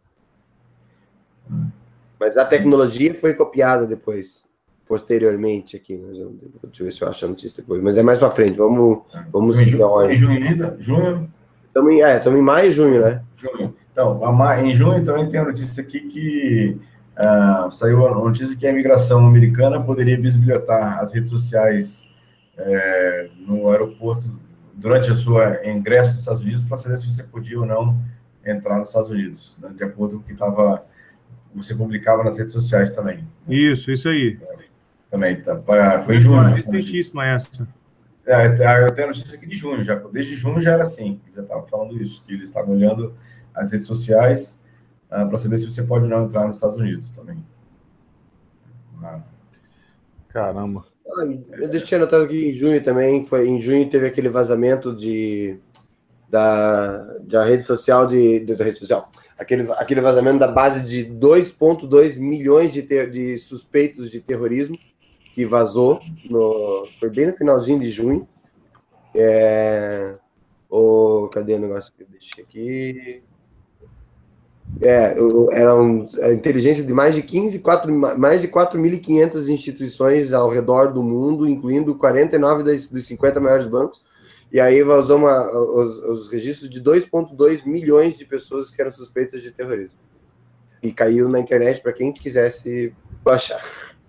Mas a tecnologia foi copiada depois, posteriormente aqui. Deixa eu ver se eu acho a notícia depois. Mas é mais para frente. Vamos, vamos seguir a ordem. Em junho ainda? Junho? Estamos em, é, estamos em maio e junho, né? Junho. Então, a, em junho também tem a notícia aqui que uh, saiu a notícia que a imigração americana poderia bisbilhotar as redes sociais é, no aeroporto durante a sua ingresso nos Estados Unidos para saber se você podia ou não entrar nos Estados Unidos, né, de acordo com o que tava, você publicava nas redes sociais também. Isso, isso aí. É, também, tá, pra, foi em junho. Recentíssima essa. É, eu tenho a notícia aqui de junho, já, desde junho já era assim, já estava falando isso, que eles estavam olhando as redes sociais uh, para saber se você pode ou não entrar nos Estados Unidos também. Ah. Caramba. Ah, eu deixei anotado aqui em junho também, foi, em junho teve aquele vazamento de, da, da rede social, de, da rede social, aquele, aquele vazamento da base de dois vírgula dois milhões de, ter, de suspeitos de terrorismo, que vazou, no, foi bem no finalzinho de junho. É, o, cadê o negócio que eu deixei aqui? É, era um, a inteligência de mais de quinze, quatro, mais de quatro mil e quinhentas instituições ao redor do mundo, incluindo quarenta e nove das, dos cinquenta maiores bancos, e aí vazou uma, os, os registros de dois vírgula dois milhões de pessoas que eram suspeitas de terrorismo. E caiu na internet para quem quisesse baixar.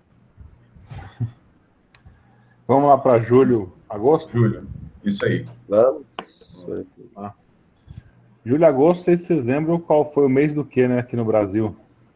Vamos lá para julho, agosto? Julho, isso aí. Vamos. Ah. Julho, agosto, sei se vocês lembram qual foi o mês do que, né, aqui no Brasil?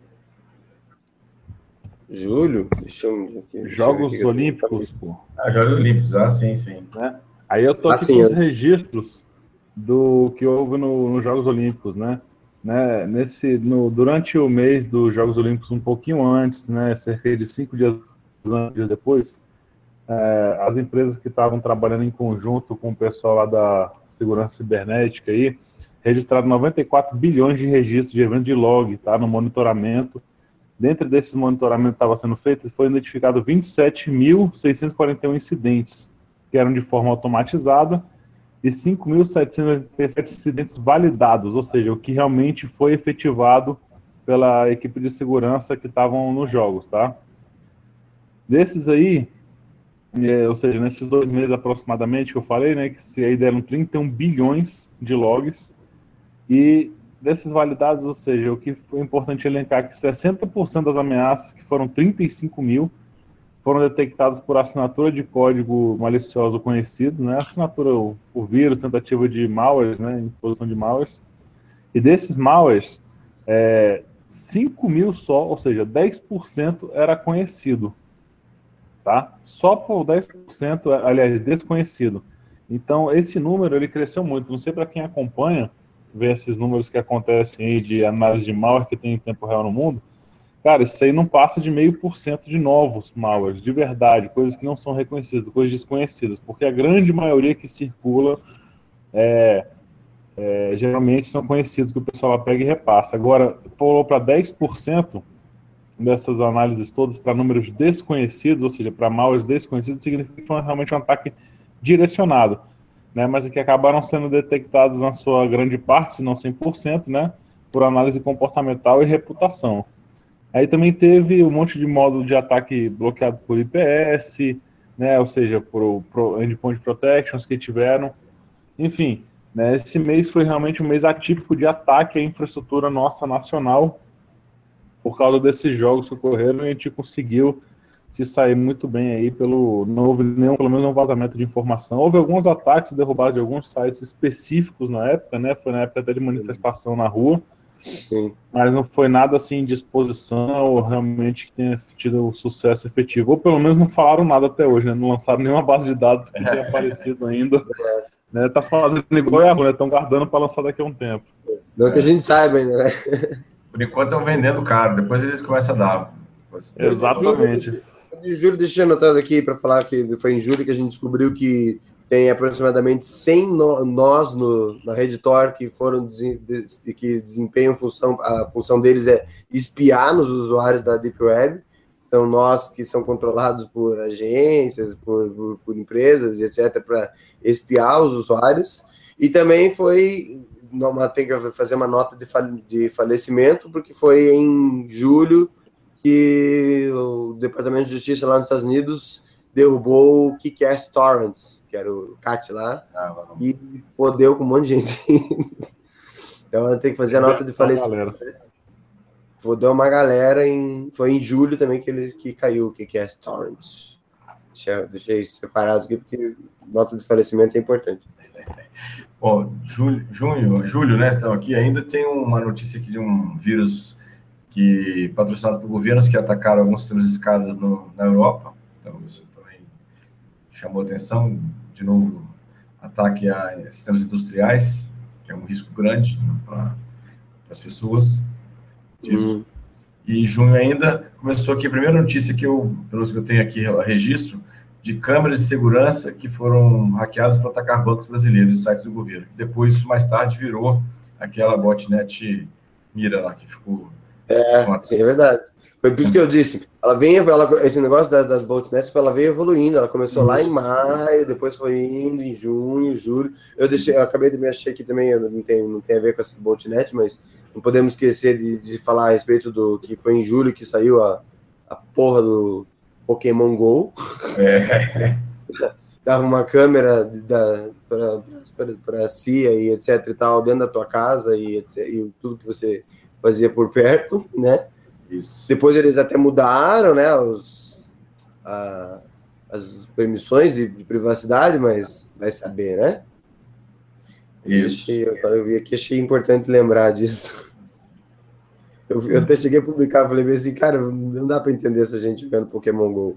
Julho? Deixa eu... Aqui, Jogos deixa eu Olímpicos, pô. Ah, Jogos Olímpicos, ah, sim, sim. Né? Aí eu tô ah, aqui sim, com os eu... registros do que houve no, nos Jogos Olímpicos, né? né? Nesse, no, durante o mês dos Jogos Olímpicos, um pouquinho antes, né, cerca de cinco dias, dias depois, é, as empresas que estavam trabalhando em conjunto com o pessoal lá da segurança cibernética aí, registraram noventa e quatro bilhões de registros de eventos de log, tá, no monitoramento. Dentro desses monitoramentos que estava sendo feito, foi identificado vinte e sete mil seiscentos e quarenta e um incidentes, que eram de forma automatizada, e cinco mil setecentos e oitenta e sete incidentes validados, ou seja, o que realmente foi efetivado pela equipe de segurança que estavam nos jogos, tá? Desses aí, é, ou seja, nesses dois meses aproximadamente que eu falei, né, que se aí deram trinta e um bilhões de logs, e desses validados, ou seja, o que foi importante elencar é que sessenta por cento das ameaças, que foram trinta e cinco mil, foram detectadas por assinatura de código malicioso conhecidos, né, assinatura por vírus, tentativa de malwares, né, imposição de malwares, e desses malwares, é, cinco mil só, ou seja, dez por cento era conhecido, tá? Só por dez por cento, aliás, desconhecido. Então, esse número, ele cresceu muito, não sei para quem acompanha, ver esses números que acontecem aí de análise de malware que tem em tempo real no mundo, cara, isso aí não passa de meio por cento de novos malwares, de verdade, coisas que não são reconhecidas, coisas desconhecidas, porque a grande maioria que circula é, é, geralmente são conhecidos, que o pessoal lá pega e repassa. Agora, pulou para dez por cento dessas análises todas para números desconhecidos, ou seja, para malwares desconhecidos, significa que foi realmente um ataque direcionado. Né, mas que acabaram sendo detectados na sua grande parte, se não cem por cento, né, por análise comportamental e reputação. Aí também teve um monte de modo de ataque bloqueado por I P S, né, ou seja, por, por endpoint protections que tiveram. Enfim, né, esse mês foi realmente um mês atípico de ataque à infraestrutura nossa nacional, por causa desses jogos que ocorreram, e a gente conseguiu se sair muito bem aí, pelo, não houve nenhum, pelo menos um vazamento de informação. Houve alguns ataques derrubados de alguns sites específicos na época, né, foi na época até de manifestação na rua, Sim. mas não foi nada assim de exposição ou realmente que tenha tido um sucesso efetivo, ou pelo menos não falaram nada até hoje, né, não lançaram nenhuma base de dados que tenha aparecido ainda, né, tá fazendo igual a rua, né, estão guardando para lançar daqui a um tempo. Não é que a gente saiba ainda, né? Por enquanto estão vendendo caro, depois eles começam a dar. Exatamente. De julho, deixa eu anotar aqui para falar que foi em julho que a gente descobriu que tem aproximadamente cem no, nós no, na Redditor que foram de, de, que desempenham função, a função deles é espiar nos usuários da Deep Web. São nós que são controlados por agências, por, por, por empresas e etcétera para espiar os usuários. E também foi uma, tem que fazer uma nota de, de falecimento, porque foi em julho que o Departamento de Justiça lá nos Estados Unidos derrubou o Kick-Ass Torrents, que era o C A T lá, ah, e fodeu com um monte de gente. Então tem que fazer a nota de falecimento. Fodeu uma galera, em, foi em julho também que, ele, que caiu o Kick-Ass Torrents. Deixa, deixei separados aqui, porque nota de falecimento é importante. Bom, julho, junho, julho, né, estão aqui, ainda tem uma notícia aqui de um vírus que patrocinado por governos que atacaram alguns sistemas de escadas no, na Europa. Então, isso também chamou atenção. De novo, ataque a sistemas industriais, que é um risco grande para as pessoas. Disso. Uhum. E em junho ainda começou aqui a primeira notícia que eu, pelos que eu tenho aqui, registro, de câmeras de segurança que foram hackeadas para atacar bancos brasileiros e sites do governo. Depois, isso mais tarde, virou aquela botnet Mira lá, que ficou... É, sim, é verdade. Foi por isso que eu disse. Ela vem, ela, esse negócio das, das botnets, ela veio evoluindo. Ela começou lá em maio, depois foi indo em junho, julho. Eu deixei, eu acabei de me achar aqui também, não tem, não tem a ver com essa botnet, mas não podemos esquecer de, de falar a respeito do que foi em julho que saiu a, a porra do Pokémon Go. É. Dava uma câmera para a C I A e etc e tal, dentro da tua casa e, e tudo que você fazia por perto, né? Isso. Depois eles até mudaram, né, os, a, as permissões de, de privacidade, mas vai saber, né? Isso. Eu, eu, eu vi aqui, achei importante lembrar disso. Eu, eu até cheguei a publicar, falei assim, cara, não dá para entender essa gente jogando Pokémon Go.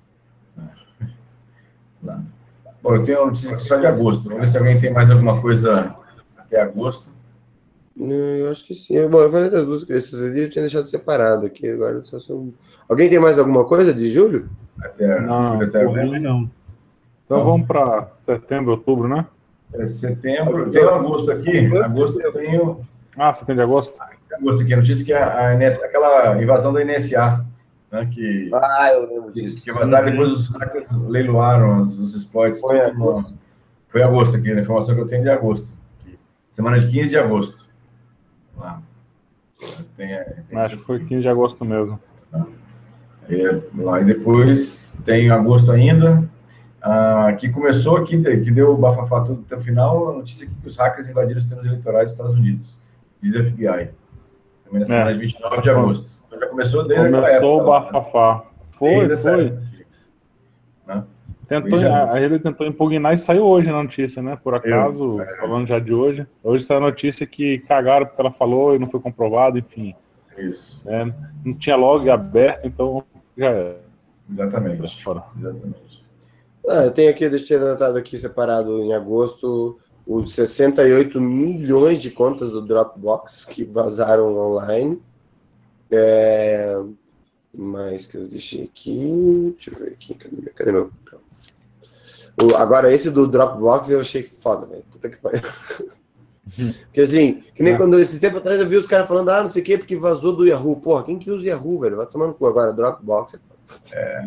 Não. Bom, eu tenho uma notícia aqui só de agosto. Vamos ver se alguém tem mais alguma coisa até agosto. Eu acho que sim. Bom, eu falei das duas, esses dias eu tinha deixado separado aqui. Agora só são... Alguém tem mais alguma coisa de julho? Até, não, julho até agosto. Não. Então não. Vamos para setembro, outubro, né? É setembro. Eu tenho agosto aqui. Agosto, agosto eu tenho. Ah, setembro de agosto? Agosto aqui. A notícia que a, a N S, aquela invasão da N S A. Né, que, ah, eu lembro disso. Que vazaram, depois os hackers leiloaram os, os exploits. Foi agosto. Foi agosto aqui, a informação que eu tenho de agosto. Semana de quinze de agosto. Lá. Tem, tem Acho que foi quinze de agosto mesmo. É, lá, e depois tem agosto ainda, ah, que começou aqui, que deu o bafafá tudo até o final, a notícia aqui que os hackers invadiram os sistemas eleitorais dos Estados Unidos, diz a F B I. Também na semana é. de vinte e nove de agosto. Então já começou desde começou aquela época. Começou o bafafá. Foi, foi. Né? Tentou, a ele tentou impugnar e saiu hoje na notícia, né? Por acaso, eu, é. falando já de hoje. Hoje saiu a notícia que cagaram porque ela falou e não foi comprovado, enfim. Isso. É, não tinha log aberto, então já era. Exatamente. Exatamente. Ah, eu tenho aqui, deixa eu ter anotado aqui separado em agosto, os sessenta e oito milhões de contas do Dropbox que vazaram online. É... mais que eu deixei aqui. Deixa eu ver aqui. Cadê, cadê meu. O, agora, esse do Dropbox eu achei foda, velho. Puta que pariu. Porque assim, que nem é. quando esse tempo atrás eu vi os caras falando, ah, não sei o que, porque vazou do Yahoo. Porra, quem que usa Yahoo, velho? Vai tomar no cu agora. Dropbox é foda. É.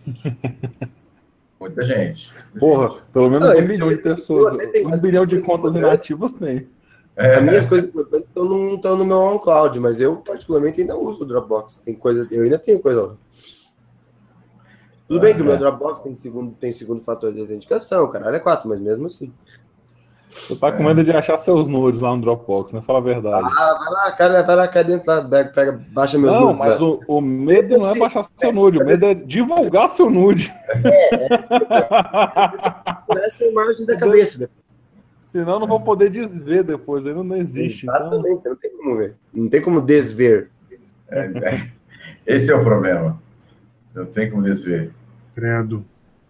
Muita gente. Porra, pelo menos não, um bilhão de pessoas. Um bilhão de contas inativas tem. É. As minhas coisas importantes estão no, estão no meu OnCloud, mas eu particularmente ainda uso o Dropbox. Tem coisa, eu ainda tenho coisa lá. Tudo ah, bem que é. o meu Dropbox tem segundo, tem segundo fator de autenticação, caralho, é quatro, mas mesmo assim. Você tá com medo de achar seus nudes lá no Dropbox, né? Fala a verdade. Ah, vai lá, cara, vai lá, cai dentro lá, pega, pega baixa meus não, nudes. Não, mas o, o medo não é baixar seu nude, o medo é divulgar seu nude. É, é. Essa é a imagem da cabeça. Senão não vou poder desver depois, ele não existe. Exatamente, então... você não tem como ver. Não tem como desver. É, é. Esse é o problema. Não tem como desver. Credo.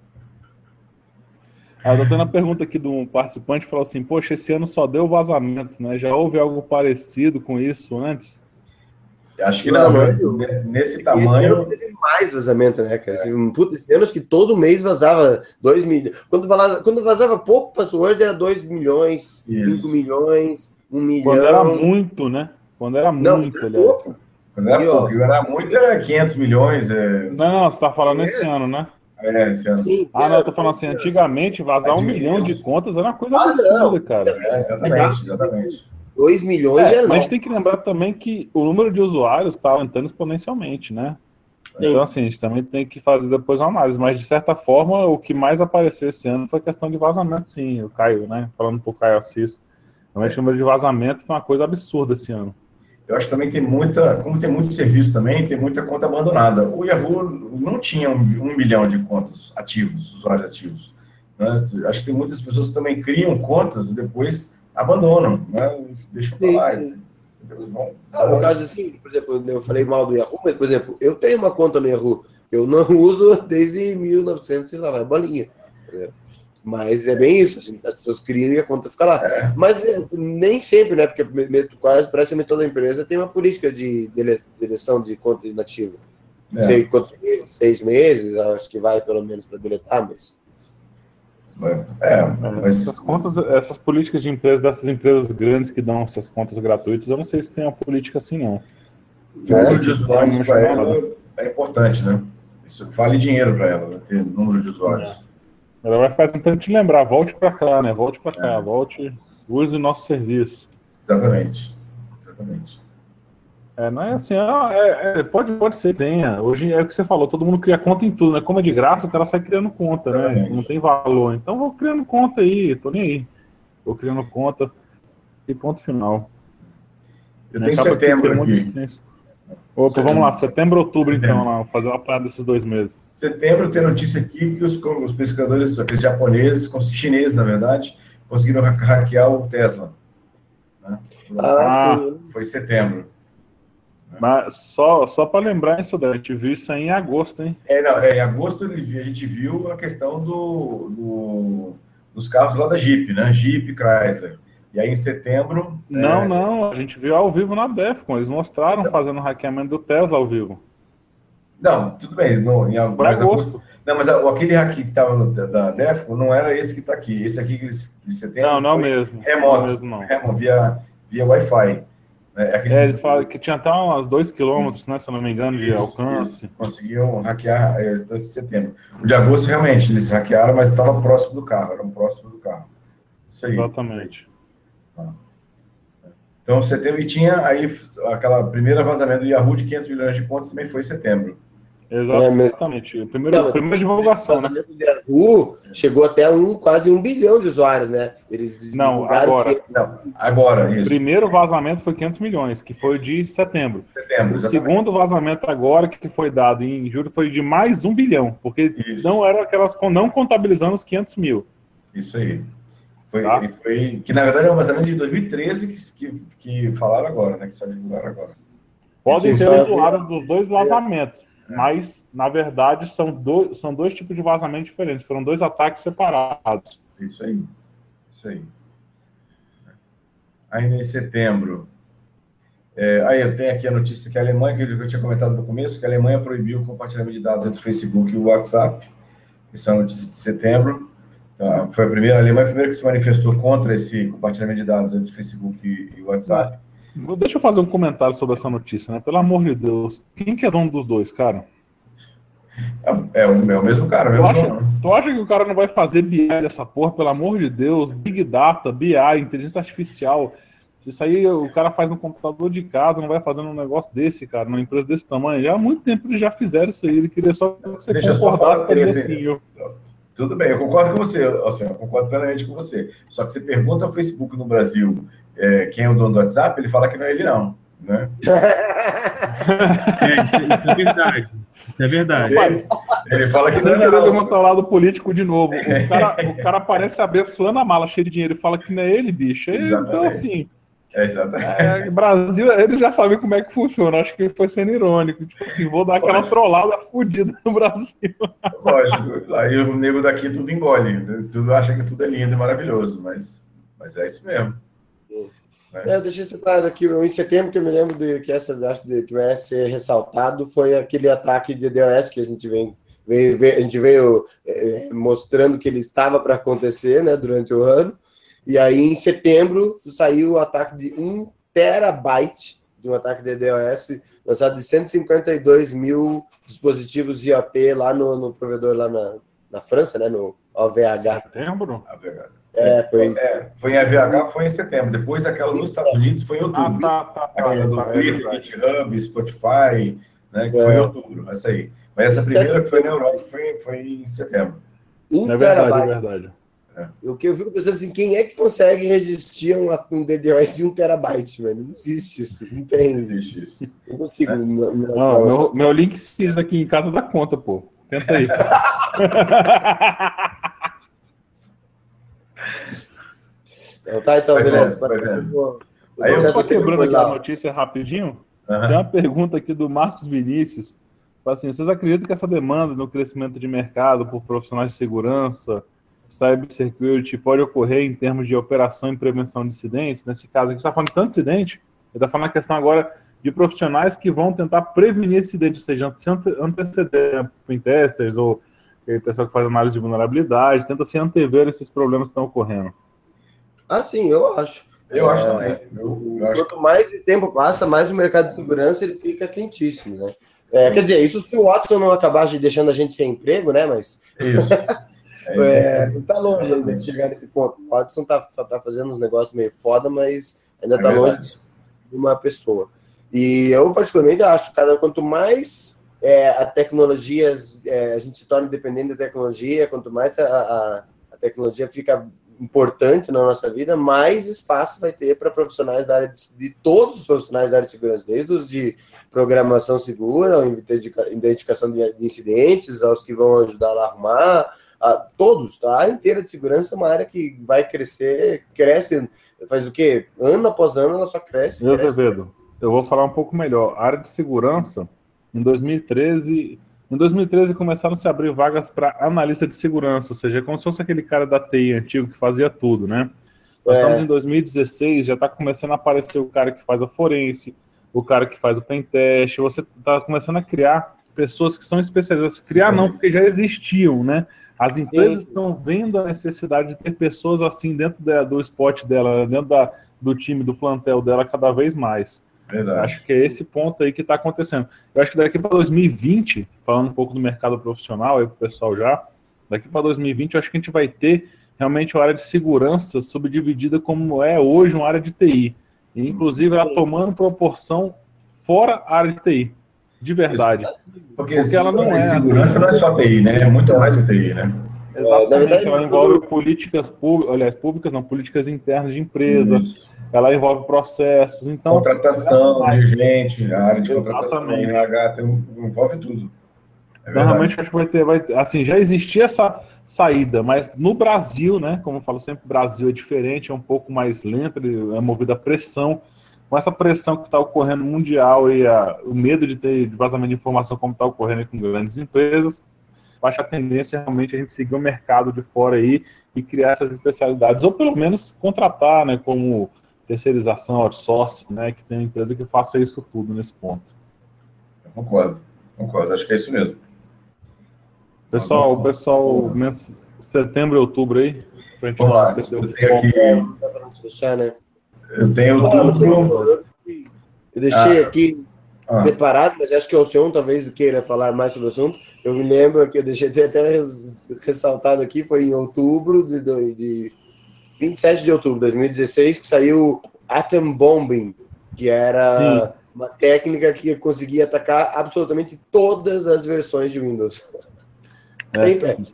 Ah, eu tô tendo a pergunta aqui de um participante que falou assim, poxa, esse ano só deu vazamentos, né? Já houve algo parecido com isso antes? Acho que não, não né? Nesse tamanho... Esse ano teve mais vazamento, né, cara? É. Esse, puta, esse ano acho que todo mês vazava dois milhões. Quando vazava, quando vazava pouco password era dois milhões, cinco milhões, um milhão. Quando era muito, né? Quando era não, muito, era aliás. pouco. Quando era e, pouco, ó, era muito, era quinhentos milhões. É... Não, não, você tá falando é. esse ano, né? É, esse ano. Sim, ah, não, eu tô falando assim, antigamente vazar um milhão de contas era uma coisa ah, absurda, não. cara. É, exatamente, exatamente. dois milhões é, já não. Mas a gente tem que lembrar também que o número de usuários está aumentando exponencialmente, né? Sim. Então, assim, a gente também tem que fazer depois uma análise. Mas, de certa forma, o que mais apareceu esse ano foi a questão de vazamento, sim. O Caio, né? Falando pro Caio Assis. Realmente, é. o número de vazamento foi uma coisa absurda esse ano. Eu acho que também tem muita, como tem muito serviço também, tem muita conta abandonada. O Yahoo não tinha um, um milhão de contas ativos, usuários ativos. Né? Acho que tem muitas pessoas que também criam contas e depois abandonam, né? Deixam para lá. Sim. Vão... Ah, no caso assim, por exemplo, eu falei mal do Yahoo, mas, por exemplo, eu tenho uma conta no Yahoo, eu não uso desde mil e novecentos, sei lá, vai bolinha. Mas é bem isso, assim, as pessoas criam e a conta fica lá. É. Mas é, nem sempre, né? Porque quase praticamente toda empresa tem uma política de deleção de conta inativa. É. Não sei quantos meses, seis meses, acho que vai pelo menos para deletar, mas. É, mas... essas, contas, essas políticas de empresas, dessas empresas grandes que dão essas contas gratuitas, eu não sei se tem uma política assim, não. O número de usuários para ela é importante, né? Isso vale dinheiro para ela, ter número de usuários. É. Ela vai ficar tentando te lembrar, volte para cá, né? Volte para cá, é. volte, use o nosso serviço. Exatamente, exatamente. É, não é assim, é, é, pode, pode ser, tenha. Hoje é o que você falou, todo mundo cria conta em tudo, né? Como é de graça, o cara sai criando conta, exatamente. Né? Não tem valor. Então vou criando conta aí, tô nem aí. Vou criando conta e ponto final. Eu né? tenho Acaba setembro aqui. Opa, setembro. Vamos lá, setembro, outubro, setembro. Então, lá, fazer uma parada desses dois meses. Setembro tem notícia aqui que os, os pesquisadores, aqueles japoneses, chineses, na verdade, conseguiram hackear o Tesla. Né? Ah, sim. Foi setembro. Mas só, só para lembrar isso daí, a gente viu isso aí em agosto, hein? É, não, é, em agosto a gente viu a questão do, do, dos carros lá da Jeep, né? Jeep, Chrysler. E aí em setembro... Não, é... não, a gente viu ao vivo na Defcon, eles mostraram então... fazendo hackeamento do Tesla ao vivo. Não, tudo bem. No, em Foi agosto. agosto. Não, mas aquele hack que estava da Defcon não era esse que está aqui. Esse aqui de setembro... Não, não mesmo. Remoto. Não mesmo, não. Remoto, via, via Wi-Fi. É, aquele... é, eles falam que tinha até uns dois quilômetros, né, se eu não me engano, de isso, alcance. Isso. Conseguiam hackear esse de setembro. O de agosto, realmente, eles hackearam, mas estava próximo do carro, era um próximo do carro. Isso aí. Exatamente. Ah. Então, setembro, e tinha aí aquela primeira vazamento do Yahoo de quinhentos milhões de contas, também foi em setembro. Exatamente. É, primeiro, não, primeira divulgação, né? O Yahoo chegou até um, quase um bilhão de usuários, né? Eles não, agora. Que... Não, agora, isso. O primeiro vazamento foi quinhentos milhões, que foi o de setembro. Setembro, o segundo vazamento agora, que foi dado em julho, foi de mais um bilhão, porque isso. não eram aquelas, não contabilizando os quinhentos mil. Isso aí. Foi, tá? foi, que na verdade é um vazamento de dois mil e treze que, que, que falaram agora, né? Que só divulgaram agora. Podem ser usuários dos dois vazamentos. É. Mas, na verdade, são dois, são dois tipos de vazamento diferentes. Foram dois ataques separados. Isso aí. Isso aí. Ainda em setembro. É, aí eu tenho aqui a notícia que a Alemanha, que eu tinha comentado no começo, que a Alemanha proibiu o compartilhamento de dados entre o Facebook e o WhatsApp. Isso é uma notícia de setembro. Então, foi a primeira, a Alemanha a primeira que se manifestou contra esse compartilhamento de dados entre o Facebook e o WhatsApp. Deixa eu fazer um comentário sobre essa notícia, né? Pelo amor de Deus, quem que é dono dos dois, cara? É, é, o, é o mesmo cara, mesmo tu, acha, dono. tu acha que o cara não vai fazer B I dessa porra? Pelo amor de Deus, Big Data, B I, inteligência artificial. Se isso aí o cara faz no computador de casa, não vai fazendo um negócio desse, cara, numa empresa desse tamanho. Já há muito tempo eles já fizeram isso aí. Ele queria só que você Deixa concordasse para dizer assim. Eu... Tudo bem, eu concordo com você, assim, eu concordo plenamente com você. Só que você pergunta ao Facebook no Brasil é, quem é o dono do WhatsApp, ele fala que não é ele, não. Né? É, isso é verdade. Isso é verdade. Ele, ele fala que não é ele. Ele levantar o lado político de novo. O cara, o cara aparece abençoando a mala cheia de dinheiro e fala que não é ele, bicho. Então, assim. É, exatamente. É, Brasil, eles já sabem como é que funciona. Acho que foi sendo irônico. Tipo assim, vou dar aquela Lógico. trollada fodida no Brasil. Lógico. Aí o nego daqui tudo engole. Tudo acha que tudo é lindo e maravilhoso. Mas, mas é isso mesmo. É, deixa eu separar aqui. Em setembro, que eu me lembro de que essa acho de, que merece ser ressaltado foi aquele ataque de DDoS que a gente vem. Veio, veio, a gente veio é, mostrando que ele estava para acontecer, né, durante o ano. E aí, em setembro, saiu o ataque de um terabyte de um ataque de DDoS, lançado de cento e cinquenta e dois mil dispositivos I O T lá no, no provedor, lá na, na França, né, no O V H. Setembro? É, foi... É, foi em A V H, foi em setembro. Depois, aquela nos Estados Unidos foi em outubro. Ah, tá, tá, tá, aquela do tá, Twitter, é GitHub, Spotify, né, que é. foi em outubro, essa aí. Mas essa primeira que foi na Europa foi, foi em setembro. Um é verdade, terabyte. É verdade. É. O que eu fico pensando assim, quem é que consegue resistir a um, um DDoS de um terabyte, velho? Não existe isso, não tem. Não existe isso. Não consigo. É. Não, não, não, meu, meu link fiz aqui em casa da conta, pô. Tenta aí. Então, tá, então, vai beleza. Vai vendo. Vou, aí eu estou quebrando aqui a notícia rapidinho. Uhum. Tem uma pergunta aqui do Marcos Vinícius. Assim, vocês acreditam que essa demanda no crescimento de mercado por profissionais de segurança, cybersecurity, pode ocorrer em termos de operação e prevenção de incidentes? Nesse caso, a gente está falando de tanto incidente, ele está falando a questão agora de profissionais que vão tentar prevenir incidentes, ou seja, se anteceder pentesters ou o pessoal que faz análise de vulnerabilidade, tenta se antever esses problemas que estão ocorrendo. Ah, sim, eu acho. Eu é, acho também. Eu, eu quanto acho... mais tempo passa, mais o mercado de segurança ele fica quentíssimo, né? É, quer dizer, isso se o Watson não acabar deixando a gente sem emprego, né? Mas isso. É, tá longe ainda de chegar nesse ponto. O Watson tá, tá fazendo uns negócios meio foda, mas ainda tá é longe de uma pessoa. E eu, particularmente, acho que quanto mais é, a tecnologia, é, a gente se torna dependente da tecnologia, quanto mais a, a, a tecnologia fica importante na nossa vida, mais espaço vai ter para profissionais da área de, de todos os profissionais da área de segurança, desde os de programação segura, identificação de, de incidentes, aos que vão ajudar lá a arrumar, a todos, tá? A área inteira de segurança é uma área que vai crescer, cresce, faz o quê? Ano após ano ela só cresce. Meu cresce. Azevedo, eu vou falar um pouco melhor. A área de segurança, em dois mil e treze, em dois mil e treze começaram a se abrir vagas para analista de segurança, ou seja, como se fosse aquele cara da T I antigo que fazia tudo, né? Nós é. estamos em dois mil e dezesseis, já está começando a aparecer o cara que faz a forense, o cara que faz o pentest, você está começando a criar pessoas que são especializadas. Criar não, porque já existiam, né? As empresas estão vendo a necessidade de ter pessoas assim dentro da, do spot dela, dentro da, do time, do plantel dela cada vez mais. Verdade. Acho que é esse ponto aí que está acontecendo. Eu acho que daqui para dois mil e vinte, falando um pouco do mercado profissional aí para o pessoal já, daqui para dois mil e vinte eu acho que a gente vai ter realmente uma área de segurança subdividida como é hoje uma área de T I. E, inclusive, ela tomando proporção fora a área de T I. De verdade. Porque, Porque ela não é... Segurança não é só T I, né? É muito mais que T I, né? Exatamente. É, verdade, ela envolve tudo... políticas públicas, aliás, públicas não, políticas internas de empresa. Isso. Ela envolve processos. Então, contratação de gente, a área de contratação, R H, tem, envolve tudo. É então, realmente, acho que vai ter, vai ter... Assim, já existia essa saída, mas no Brasil, né? Como eu falo sempre, o Brasil é diferente, é um pouco mais lento, é movido a pressão. Com essa pressão que está ocorrendo mundial e a, o medo de ter de vazamento de informação como está ocorrendo com grandes empresas, acho a tendência realmente a gente seguir o mercado de fora aí e criar essas especialidades, ou pelo menos contratar, né, como terceirização, outsourcing, né, que tem uma empresa que faça isso tudo nesse ponto. Eu concordo, concordo, acho que é isso mesmo. Pessoal, o pessoal, setembro e outubro aí, pra gente Vamos lá, eu tenho aqui... É, não dá pra fechar, né? Eu tenho outubro. Eu deixei ah, aqui ah. preparado, mas acho que o senhor talvez queira falar mais sobre o assunto. Eu me lembro que eu deixei até ressaltado aqui, foi em outubro de, de vinte e sete de outubro de dois mil e dezesseis que saiu Atom Bombing, que era Sim. uma técnica que conseguia atacar absolutamente todas as versões de Windows. É. Sem patch.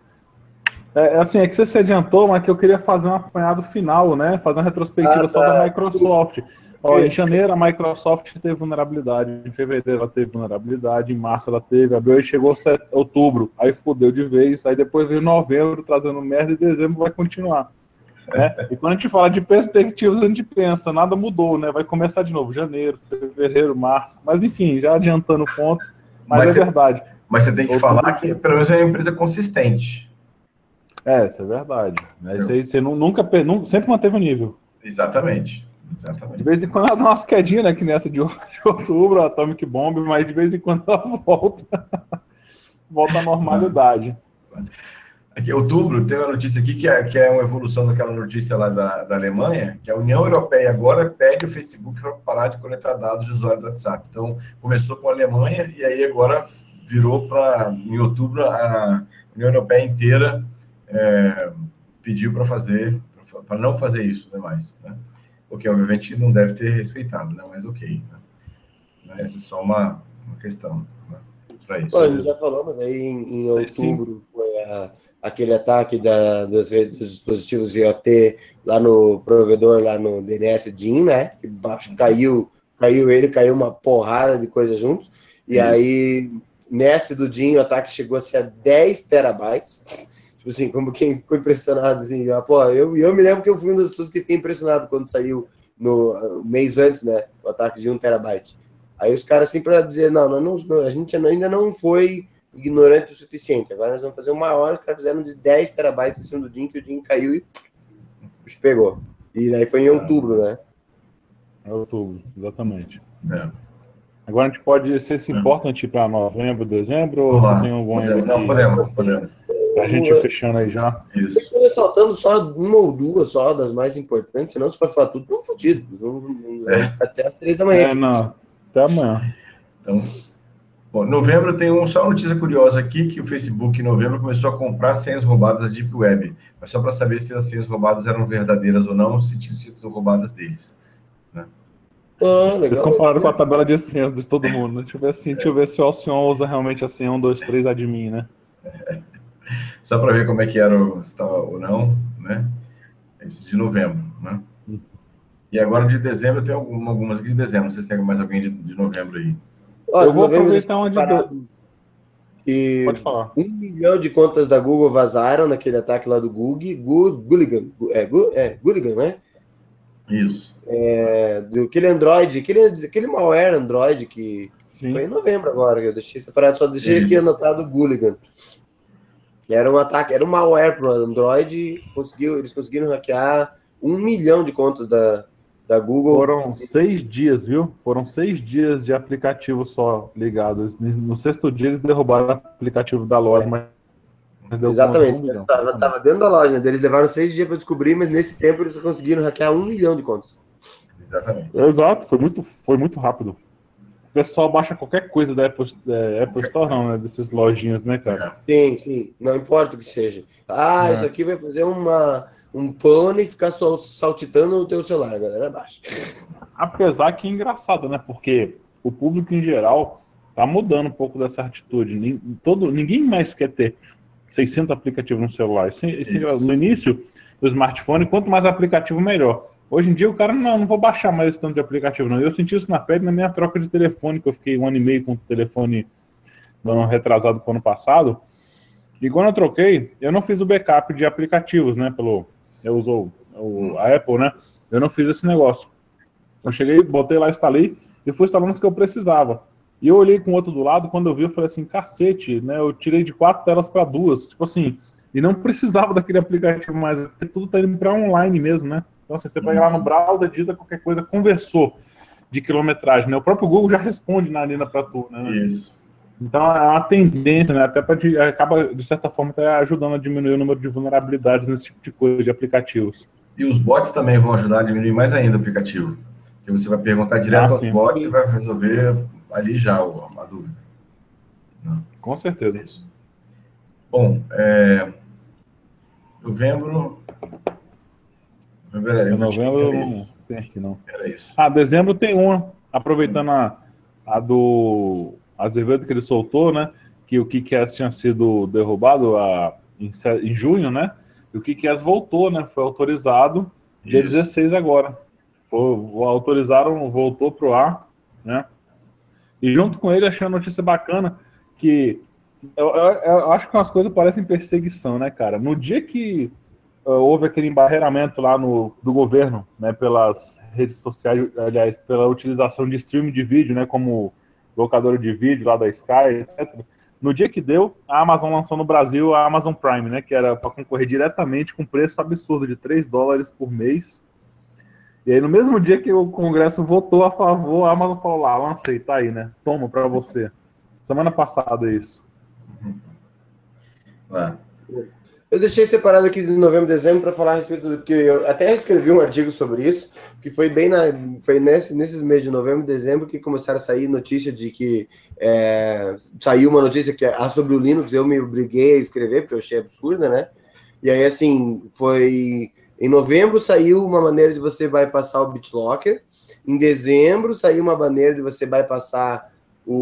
É, assim, é que você se adiantou, mas que eu queria fazer um apanhado final, né? Fazer uma retrospectiva Ah, só da tá. Microsoft. Ó, em janeiro a Microsoft teve vulnerabilidade, em fevereiro ela teve vulnerabilidade, em março ela teve, abril aí chegou set... outubro, aí fodeu de vez, aí depois veio novembro trazendo merda e dezembro vai continuar. Né? E quando a gente fala de perspectivas, a gente pensa, nada mudou, né? Vai começar de novo, janeiro, fevereiro, março, mas enfim, já adiantando o ponto, mas, mas é você, verdade. Mas você tem que outubro falar que pelo menos é uma empresa consistente. É, isso é verdade. Né? Isso aí, você nunca, nunca, sempre manteve o nível. Exatamente. Exatamente. De vez em quando ela dá umas quedinhas, né? Que nessa de outubro, a Atomic Bomb, mas de vez em quando ela volta, volta à normalidade. Aqui, outubro, tem uma notícia aqui que é, que é uma evolução daquela notícia lá da, da Alemanha, que a União Europeia agora pede o Facebook para parar de coletar dados de usuário do WhatsApp. Então, começou com a Alemanha e aí agora virou para, em outubro, a União Europeia inteira é, pediu para fazer, para não fazer isso, né, mais, né? Porque, obviamente, não deve ter respeitado, né? Mas ok. Né? Essa é só uma, uma questão, né? Para isso. Bom, a gente já falou, mas aí em, em outubro foi a, aquele ataque da, dos, dos dispositivos I O T lá no provedor, lá no D N S D I M, né? Que baixo, caiu, caiu ele, caiu uma porrada de coisa junto. E isso. Aí, nesse do D I M, o ataque chegou a ser a dez terabytes. Tipo assim, como quem ficou impressionado, assim, ah, pô, eu, eu me lembro que eu fui uma das pessoas que fiquei impressionado quando saiu no uh, mês antes, né, o ataque de um terabyte. Aí os caras assim para dizer, não, não, não, a gente ainda não foi ignorante o suficiente, agora nós vamos fazer o maior, os caras fizeram de dez terabytes em cima do D I M, que o D I M caiu e pegou. E daí foi em outubro, né? É outubro, exatamente. É. Agora a gente pode, se se importa a gente ir para novembro, dezembro, ou vocês têm algum podemos, ainda não, aqui? podemos, podemos. A gente fechando aí já. Isso. Eu tô ressaltando só uma ou duas só das mais importantes, senão se for falar tudo, estamos fodidos. Vamos é. ficar até as três da manhã. É, não. Até amanhã. Então, bom, em novembro tem um, só uma notícia curiosa aqui, que o Facebook em novembro começou a comprar senhas roubadas da Deep Web, mas só para saber se as senhas roubadas eram verdadeiras ou não, se tinham sido roubadas deles. Né? Ah, legal. Eles compararam com a tabela de senhas de todo mundo, né? Deixa eu ver, assim, é. deixa eu ver se o Alcion usa realmente a senha um, dois, três admin, né? É. Só para ver como é que era, o, se estava ou não, né? Esse de novembro, né? Hum. E agora de dezembro, eu tenho algumas aqui de dezembro, não sei se tem mais alguém de, de novembro aí. Olha, eu vou aproveitar onde... E Pode falar. Um milhão de contas da Google vazaram naquele ataque lá do Google, Gulligan, é, é Gulligan, né? Isso. É, do, aquele Android, aquele, aquele malware Android que Sim. foi em novembro agora, que eu deixei separado, só deixei Isso. aqui anotado o Gulligan. Era um ataque, era um malware para o Android, conseguiu, eles conseguiram hackear um milhão de contas da, da Google. Foram seis dias, viu? Foram seis dias de aplicativo só ligados. No sexto dia eles derrubaram o aplicativo da loja, é. mas deu Exatamente, um estava tava dentro da loja, né? Eles levaram seis dias para descobrir, mas nesse tempo eles conseguiram hackear um milhão de contas. Exatamente. Exato, foi muito, foi muito rápido. O pessoal baixa qualquer coisa da Apple, é, Apple Store, não, né? Dessas lojinhas, né, cara? Sim, sim. Não importa o que seja. Ah, é. isso aqui vai fazer uma, um plano e ficar só saltitando no teu celular, galera. Baixa. Apesar que é engraçado, né? Porque o público em geral tá mudando um pouco dessa atitude. Todo, ninguém mais quer ter seiscentos aplicativos no celular. Isso, isso, no início do smartphone, quanto mais aplicativo, melhor. Hoje em dia o cara, não, não vou baixar mais esse tanto de aplicativo, não. Eu senti isso na pele na minha troca de telefone, que eu fiquei um ano e meio com o telefone no retrasado pro ano passado. E quando eu troquei, eu não fiz o backup de aplicativos, né? Pelo, eu uso o, a Apple, né? Eu não fiz esse negócio. Eu cheguei, botei lá, instalei e fui instalando os que eu precisava. E eu olhei com o outro do lado, quando eu vi, eu falei assim, cacete, né? Eu tirei de quatro telas para duas, tipo assim, e não precisava daquele aplicativo mais, porque tudo tá indo para online mesmo, né? Então, assim, você vai lá no browser, digita qualquer coisa, conversou de quilometragem, né? O próprio Google já responde na linha para tu, né? Isso. Então, é uma tendência, né? Até para acaba, de certa forma, até ajudando a diminuir o número de vulnerabilidades nesse tipo de coisa, de aplicativos. E os bots também vão ajudar a diminuir mais ainda o aplicativo. Porque você vai perguntar direto ah, aos bots e vai resolver ali já a dúvida. Não. Com certeza. Isso. Bom, é... novembro... Novembro, novembro tem aqui não. Era isso. Ah, dezembro tem uma, aproveitando a, a do Azevedo que ele soltou, né? Que o Kick-Ass tinha sido derrubado a, em, em junho, né? E o Kick-Ass voltou, né? Foi autorizado dia Isso. dezesseis agora. Foi, autorizaram, voltou pro ar, né? E junto com ele achei uma notícia bacana que eu, eu, eu acho que umas coisas parecem perseguição, né, cara? No dia que uh, houve aquele embarreiramento lá no, do governo, né, pelas redes sociais, aliás, pela utilização de streaming de vídeo, né, como locadora de vídeo lá da Sky, etcétera. No dia que deu, a Amazon lançou no Brasil a Amazon Prime, né, que era para concorrer diretamente com preço absurdo de três dólares por mês. E aí, no mesmo dia que o Congresso votou a favor, a Amazon falou lá, lancei, tá aí, né? Toma para você. Semana passada isso. É. Eu deixei separado aqui de novembro e dezembro para falar a respeito do que eu até escrevi um artigo sobre isso, que foi bem na, foi nesse, nesses meses de novembro e dezembro que começaram a sair notícia de que é, saiu uma notícia que ah, sobre o Linux, eu me obriguei a escrever porque eu achei absurda, né? E aí assim foi em novembro saiu uma maneira de você bypassar o BitLocker, em dezembro saiu uma maneira de você bypassar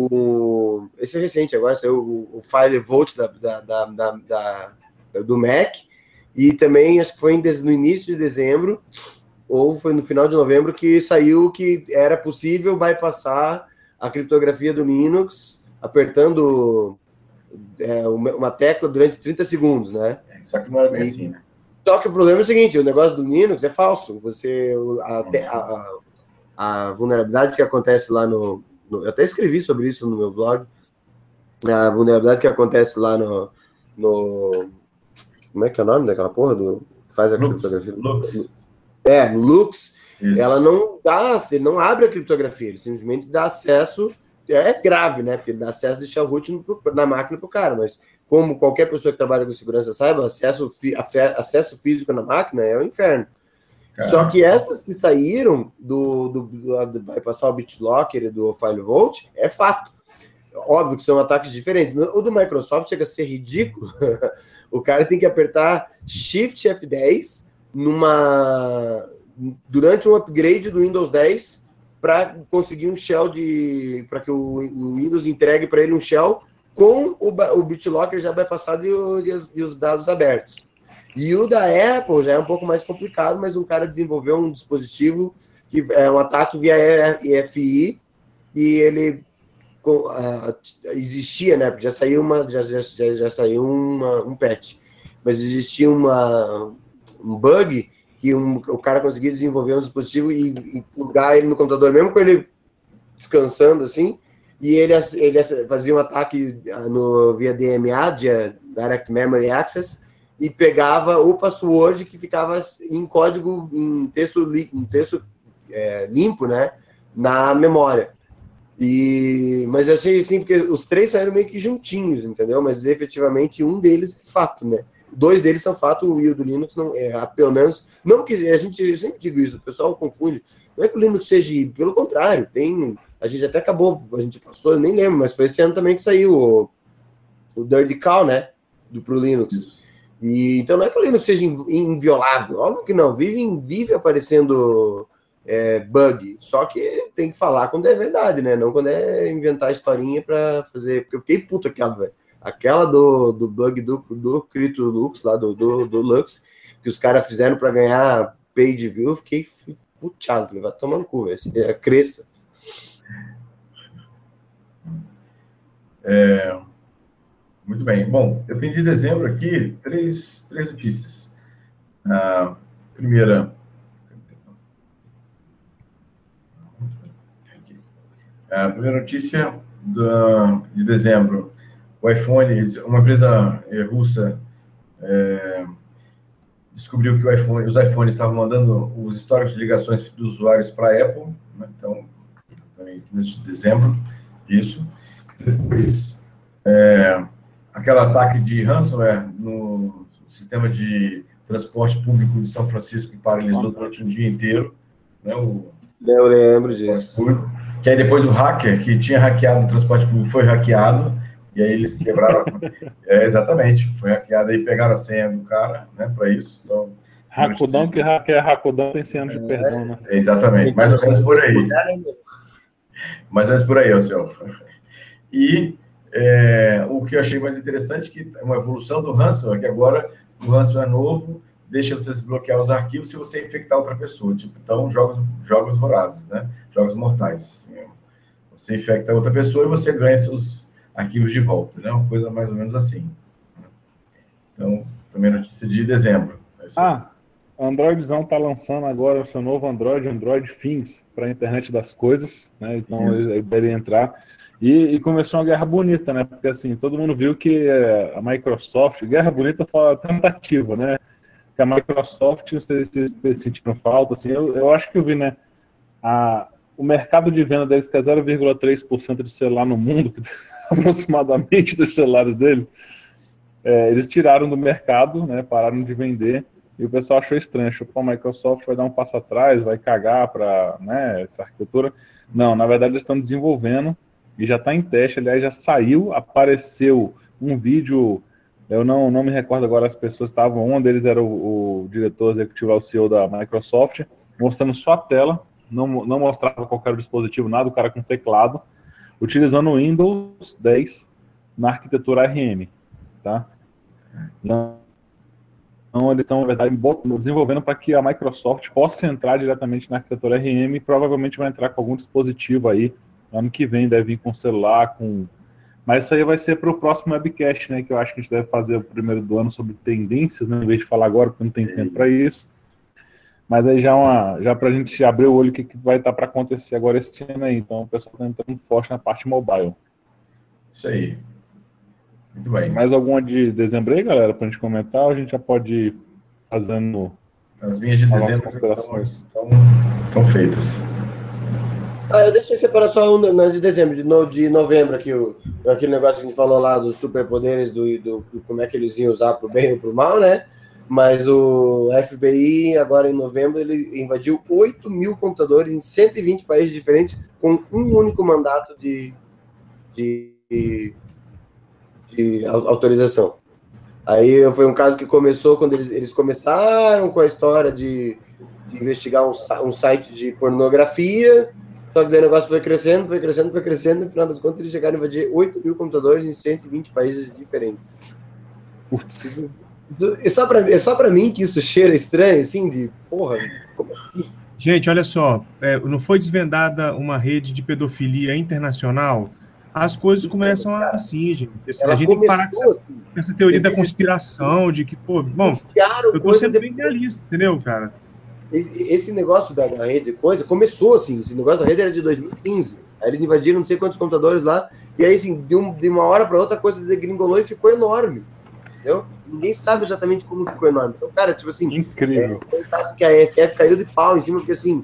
o esse é recente agora saiu o, o FileVault da, da, da, da, da do Mac, e também acho que foi no início de dezembro ou foi no final de novembro que saiu que era possível bypassar a criptografia do Linux apertando é, uma tecla durante trinta segundos, né? Só que não era bem e, assim, né? Só que o problema é o seguinte, o negócio do Linux é falso. Você a, a, a vulnerabilidade que acontece lá no, no eu até escrevi sobre isso no meu blog, a vulnerabilidade que acontece lá no, no como é que é o nome daquela porra do que faz a Lux, criptografia? Lux. É, no Lux, Isso. ela não dá, ele não abre a criptografia, ele simplesmente dá acesso, é grave, né? Porque ele dá acesso de shellroot na máquina pro cara, mas como qualquer pessoa que trabalha com segurança saiba, acesso, acesso físico na máquina é o inferno. Caramba. Só que essas que saíram do, do, do, do bypassar o BitLocker e do FileVault é fato. Óbvio que são ataques diferentes. O do Microsoft chega a ser ridículo. O cara tem que apertar Shift F dez numa... durante um upgrade do Windows dez para conseguir um shell de... para que o, o Windows entregue para ele um shell com o, o BitLocker já bypassado e, o, e, os, e os dados abertos. E o da Apple já é um pouco mais complicado, mas um cara desenvolveu um dispositivo que é um ataque via E F I e ele uh, existia, né? Porque já saiu uma, já, já, já, já saiu uma, um patch, mas existia uma, um bug que um, o cara conseguia desenvolver um dispositivo e, e plugar ele no computador, mesmo com ele descansando assim, e ele, ele fazia um ataque no, via D M A, Direct Memory Access, e pegava o password que ficava em código, em texto, em texto é, limpo, né, na memória. E, mas eu achei assim, porque os três saíram meio que juntinhos, entendeu? Mas efetivamente um deles é fato, né? Dois deles são fato, o Will do Linux não é, pelo menos, não que a gente, eu sempre digo isso, o pessoal confunde, não é que o Linux seja, pelo contrário, tem, a gente até acabou, a gente passou, eu nem lembro, mas foi esse ano também que saiu o, o Dirty Cow, né, do, pro Linux. E, então não é que o Linux seja inviolável, óbvio que não, vive, vive aparecendo é, bug, só que tem que falar quando é verdade, né, não quando é inventar historinha pra fazer, porque eu fiquei puto aquela, velho. Aquela do, do bug do, do CryptoLux, lá do, do, do Lux, que os caras fizeram para ganhar page view, eu fiquei puteado, falei, vai tomar no cu, velho, é cresça. É, muito bem. Bom, eu tenho de dezembro aqui três, três notícias. A primeira... A primeira notícia da, de dezembro, o iPhone, uma empresa é, russa é, descobriu que o iPhone, os iPhones estavam mandando os históricos de ligações dos usuários para a Apple, né? Então, também mês de dezembro, isso. Depois, é, aquele ataque de ransomware no sistema de transporte público de São Francisco que paralisou durante um dia inteiro, né? O, eu lembro disso. Que aí depois o hacker que tinha hackeado o transporte público foi hackeado, e aí eles quebraram. É, exatamente, foi hackeado, aí pegaram a senha do cara, né, para isso. Então, Rakudão que é Rakudão tem cem anos de perdão, né? É, exatamente, mais ou menos por aí. Mais ou menos por aí, ó, senhor. E é, o que eu achei mais interessante é que é uma evolução do ransomware, que agora o ransomware novo deixa você desbloquear os arquivos se você infectar outra pessoa. Tipo, então, jogos, jogos vorazes, né? Jogos mortais. Assim, você infecta outra pessoa e você ganha seus arquivos de volta, né? Uma coisa mais ou menos assim. Então, também notícia de dezembro. É ah, Androidzão está lançando agora o seu novo Android, Android Things, para a internet das coisas, né? Então Isso. ele deve entrar. E, e começou uma guerra bonita, né? Porque assim, todo mundo viu que a Microsoft, guerra bonita fala tentativa, né? Que a Microsoft, vocês, vocês sentiram falta, assim, eu, eu acho que eu vi, né? A, o mercado de venda deles, que é zero vírgula três por cento de celular no mundo, aproximadamente dos celulares dele, é, eles tiraram do mercado, né? Pararam de vender. E o pessoal achou estranho, achou que a Microsoft vai dar um passo atrás, vai cagar para, né, essa arquitetura. Não, na verdade eles estão desenvolvendo e já está em teste, aliás, já saiu, apareceu um vídeo, eu não, não me recordo agora as pessoas estavam, um deles era o, o diretor executivo, o C E O da Microsoft, mostrando só a tela, não, não mostrava qualquer dispositivo, nada, o cara com teclado, utilizando o Windows dez na arquitetura A R M, tá? Então, Então, eles estão, na verdade, desenvolvendo para que a Microsoft possa entrar diretamente na arquitetura A R M e provavelmente vai entrar com algum dispositivo aí. Ano que vem deve vir com celular, com... Mas isso aí vai ser para o próximo webcast, né? Que eu acho que a gente deve fazer o primeiro do ano sobre tendências, né? Em vez de falar agora, porque não tem tempo para isso. Mas aí já, uma, já para a gente abrir o olho o que, que vai estar para acontecer agora esse ano aí. Então, o pessoal está entrando forte na parte mobile. Isso aí. Muito bem. Mais alguma de dezembro aí, galera, para a gente comentar? Ou a gente já pode ir fazendo... As minhas de dezembro estão, estão, estão feitas. Ah, eu deixei separar só um nas de dezembro, de, no, de novembro aqui, o, aquele negócio que a gente falou lá dos superpoderes, do, do, do como é que eles iam usar pro bem ou pro mal, né? Mas o F B I, agora em novembro, ele invadiu oito mil computadores em cento e vinte países diferentes com um único mandato de, de, de, de autorização. Aí foi um caso que começou quando eles, eles começaram com a história de, de investigar um, um site de pornografia, só que o negócio foi crescendo, foi crescendo, foi crescendo, e no final das contas eles chegaram a invadir oito mil computadores em cento e vinte países diferentes. Isso, isso, é, só pra, é só pra mim que isso cheira estranho, assim, de porra, como assim? Gente, olha só, é, não foi desvendada uma rede de pedofilia internacional? As coisas começam assim, gente. Ela a gente tem que parar com essa, assim, essa teoria da conspiração, de que, pô, bom, eu tô sendo bem realista, entendeu, cara? Esse negócio da, da rede, coisa, começou assim, esse negócio da rede era de dois mil e quinze, aí eles invadiram não sei quantos computadores lá, e aí, assim, de, um, de uma hora para outra, a coisa degringolou e ficou enorme, entendeu? Ninguém sabe exatamente como ficou enorme. Então, cara, tipo assim... Incrível. É, que a E F F caiu de pau em cima, porque, assim,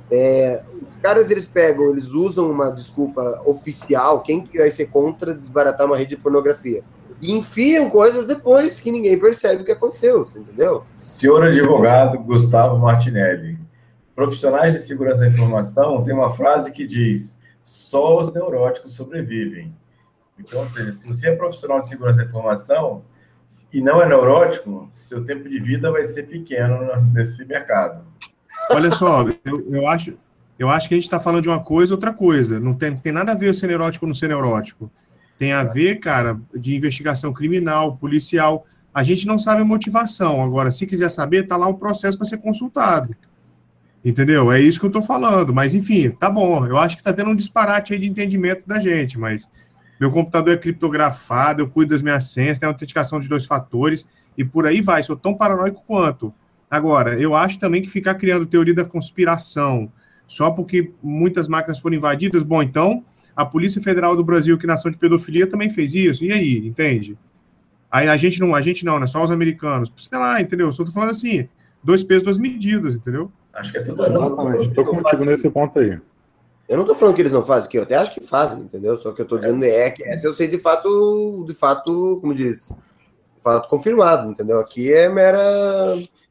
é, os caras, eles pegam, eles usam uma desculpa oficial, quem que vai ser contra desbaratar uma rede de pornografia? E enfiam coisas depois que ninguém percebe o que aconteceu, você entendeu? Senhor advogado Gustavo Martinelli, profissionais de segurança da informação tem uma frase que diz: só os neuróticos sobrevivem. Então, ou seja, se você é profissional de segurança da informação e não é neurótico, seu tempo de vida vai ser pequeno nesse mercado. Olha só, eu, eu, acho, eu acho que a gente está falando de uma coisa outra coisa. Não tem, tem nada a ver ser neurótico ou não ser neurótico. Tem a ver, cara, de investigação criminal, policial. A gente não sabe a motivação. Agora, se quiser saber, tá lá o processo para ser consultado. Entendeu? É isso que eu tô falando. Mas, enfim, tá bom. Eu acho que tá tendo um disparate aí de entendimento da gente, mas meu computador é criptografado, eu cuido das minhas senhas, tem autenticação de dois fatores, e por aí vai. Sou tão paranoico quanto. Agora, eu acho também que ficar criando teoria da conspiração só porque muitas máquinas foram invadidas, bom, então... A Polícia Federal do Brasil, que na ação de pedofilia, também fez isso. E aí, entende? Aí a gente não, a gente não, né? Só os americanos. Sei lá, entendeu? Só tô falando assim, dois pesos, duas medidas, entendeu? Acho que é tudo. Exatamente. Estou contigo nesse ponto aí. Eu não tô falando que eles não fazem, que eu até acho que fazem, entendeu? Só que eu tô dizendo é que essa eu sei de fato, de fato, como diz, de fato confirmado, entendeu? Aqui é mera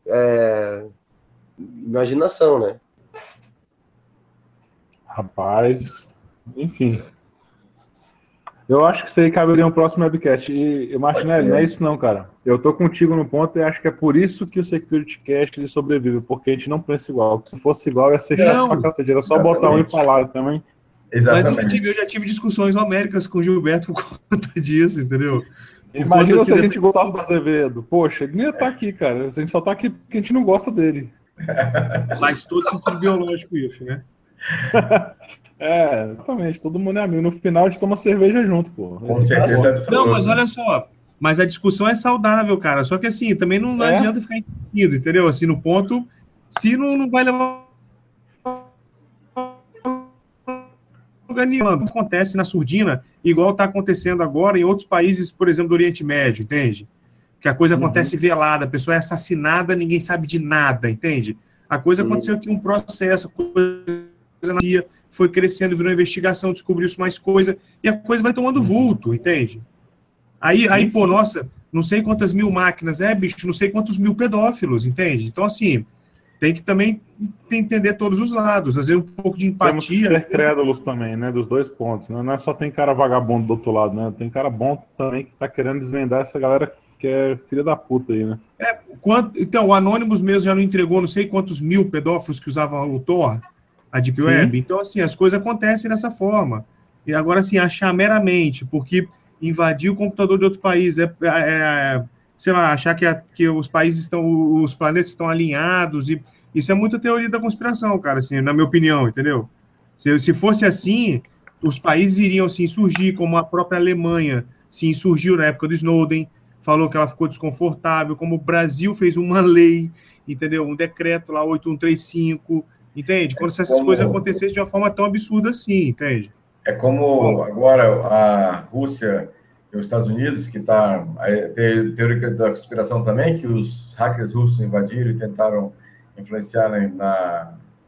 é, imaginação, né? Rapaz... Enfim. Eu acho que isso aí caberia um próximo webcast. E, e Martinelli, não é isso não, cara. Eu tô contigo no ponto e acho que é por isso que o SecurityCast ele sobrevive, porque a gente não pensa igual. Se fosse igual, ia ser chato pra cacete. Era só botar um e falar também. Exatamente. Mas eu já, tive, eu já tive discussões homéricas com o Gilberto por conta disso, entendeu? Por Imagina conta, se assim, a gente dessa... gostasse do Azevedo. Poxa, ele não ia estar aqui, cara. A gente só tá aqui porque a gente não gosta dele. Mas todo sentido biológico isso, né? É, exatamente. Todo mundo é amigo. No final a gente toma cerveja junto, pô. Com certeza. Não, mas olha só. Mas a discussão é saudável, cara. Só que assim, também não, não é. adianta ficar entendido, entendeu? Assim, no ponto, se não, não vai levar organizando. Acontece na surdina, igual está acontecendo agora em outros países, por exemplo, do Oriente Médio, entende? Que a coisa uhum. acontece velada, a pessoa é assassinada, ninguém sabe de nada, entende? A coisa uhum. aconteceu aqui um processo, a coisa foi crescendo, virou investigação, descobriu-se mais coisa, e a coisa vai tomando vulto, entende? Aí, aí, pô, nossa, não sei quantas mil máquinas, é, bicho, não sei quantos mil pedófilos, entende? Então, assim, tem que também entender todos os lados, fazer um pouco de empatia. Temos que ser crédulos também, né, dos dois pontos. Né? Não é só tem cara vagabundo do outro lado, né? Tem cara bom também que tá querendo desvendar essa galera que é filha da puta aí, né? É, quanto, então, o Anonymous mesmo já não entregou não sei quantos mil pedófilos que usavam o Tor, a Deep Sim. Web. Então, assim, as coisas acontecem dessa forma. E agora, assim, achar meramente, porque invadir o computador de outro país é, é, é sei lá, achar que, a, que os países estão, os planetas estão alinhados, e isso é muita teoria da conspiração, cara, assim, na minha opinião, entendeu? Se, se fosse assim, os países iriam, assim, surgir, como a própria Alemanha se insurgiu na época do Snowden, falou que ela ficou desconfortável, como o Brasil fez uma lei, entendeu? Um decreto lá, oito um três cinco, entende? Quando essas como... coisas acontecessem de uma forma tão absurda assim, entende? É como Bom, agora a Rússia e os Estados Unidos, que está tem teoria da conspiração também, que os hackers russos invadiram e tentaram influenciar na,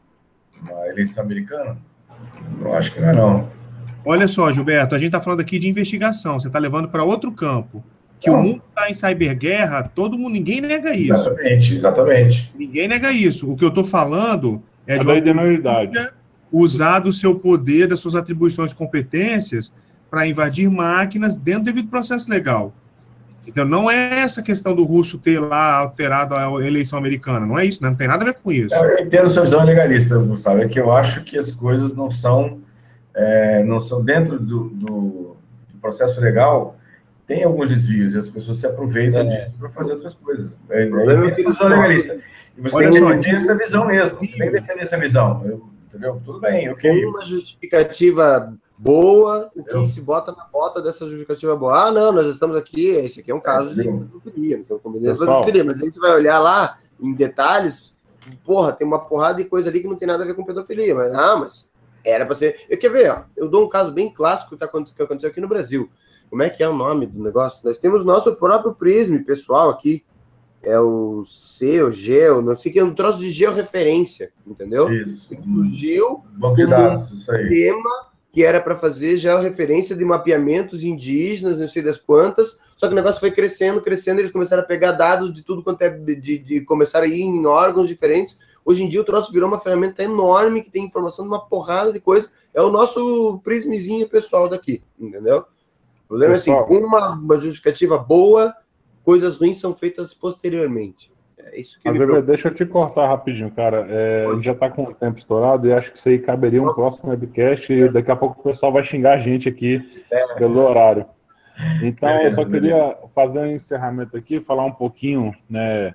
na eleição americana? Eu acho que não é, não. Olha só, Gilberto, a gente está falando aqui de investigação, você está levando para outro campo. Que não. O mundo está em cyberguerra, todo mundo, ninguém nega isso. Exatamente, exatamente. Ninguém nega isso. O que eu estou falando é a de uma idoneidade. Usar do seu poder, das suas atribuições e competências para invadir máquinas dentro do devido processo legal. Então, não é essa questão do russo ter lá alterado a eleição americana, não é isso, não tem nada a ver com isso. Eu entendo sua visão legalista, Gustavo, é que eu acho que as coisas não são, é, não são dentro do, do, do processo legal, tem alguns desvios e as pessoas se aproveitam é. disso para fazer outras coisas. É, é, eu entendo sua legalista. E você Olha tem que defender essa visão mesmo, você tem que defender essa visão. Eu, entendeu? Tudo bem, ok. Tem uma justificativa boa, o que se bota na bota dessa justificativa boa. Ah, não, nós estamos aqui, esse aqui é um caso é, de pedofilia, não combinando pedofilia, mas aí você vai olhar lá em detalhes, porra, tem uma porrada de coisa ali que não tem nada a ver com pedofilia, mas, ah, mas era para ser... Eu quero ver, ó, eu dou um caso bem clássico que, tá, que aconteceu aqui no Brasil. Como é que é o nome do negócio? Nós temos o nosso próprio Prism pessoal aqui, é o C, o G, não sei o que, é um troço de georreferência, entendeu? Isso. Surgiu banco de dados, isso aí. Um tema que era para fazer georreferência de mapeamentos indígenas, não sei das quantas, só que o negócio foi crescendo, crescendo, eles começaram a pegar dados de tudo quanto é, de, de começar a ir em órgãos diferentes. Hoje em dia o troço virou uma ferramenta enorme que tem informação de uma porrada de coisa, é o nosso prismezinho pessoal daqui, entendeu? O problema é assim, com uma, uma justificativa boa, coisas ruins são feitas posteriormente. É isso que Mas, me deixa eu te cortar rapidinho, cara. É, a gente já está com o tempo estourado e acho que isso aí caberia um Nossa. próximo webcast e daqui a pouco o pessoal vai xingar a gente aqui é. pelo horário. Então, beleza, eu só queria beleza. fazer um encerramento aqui, falar um pouquinho, né,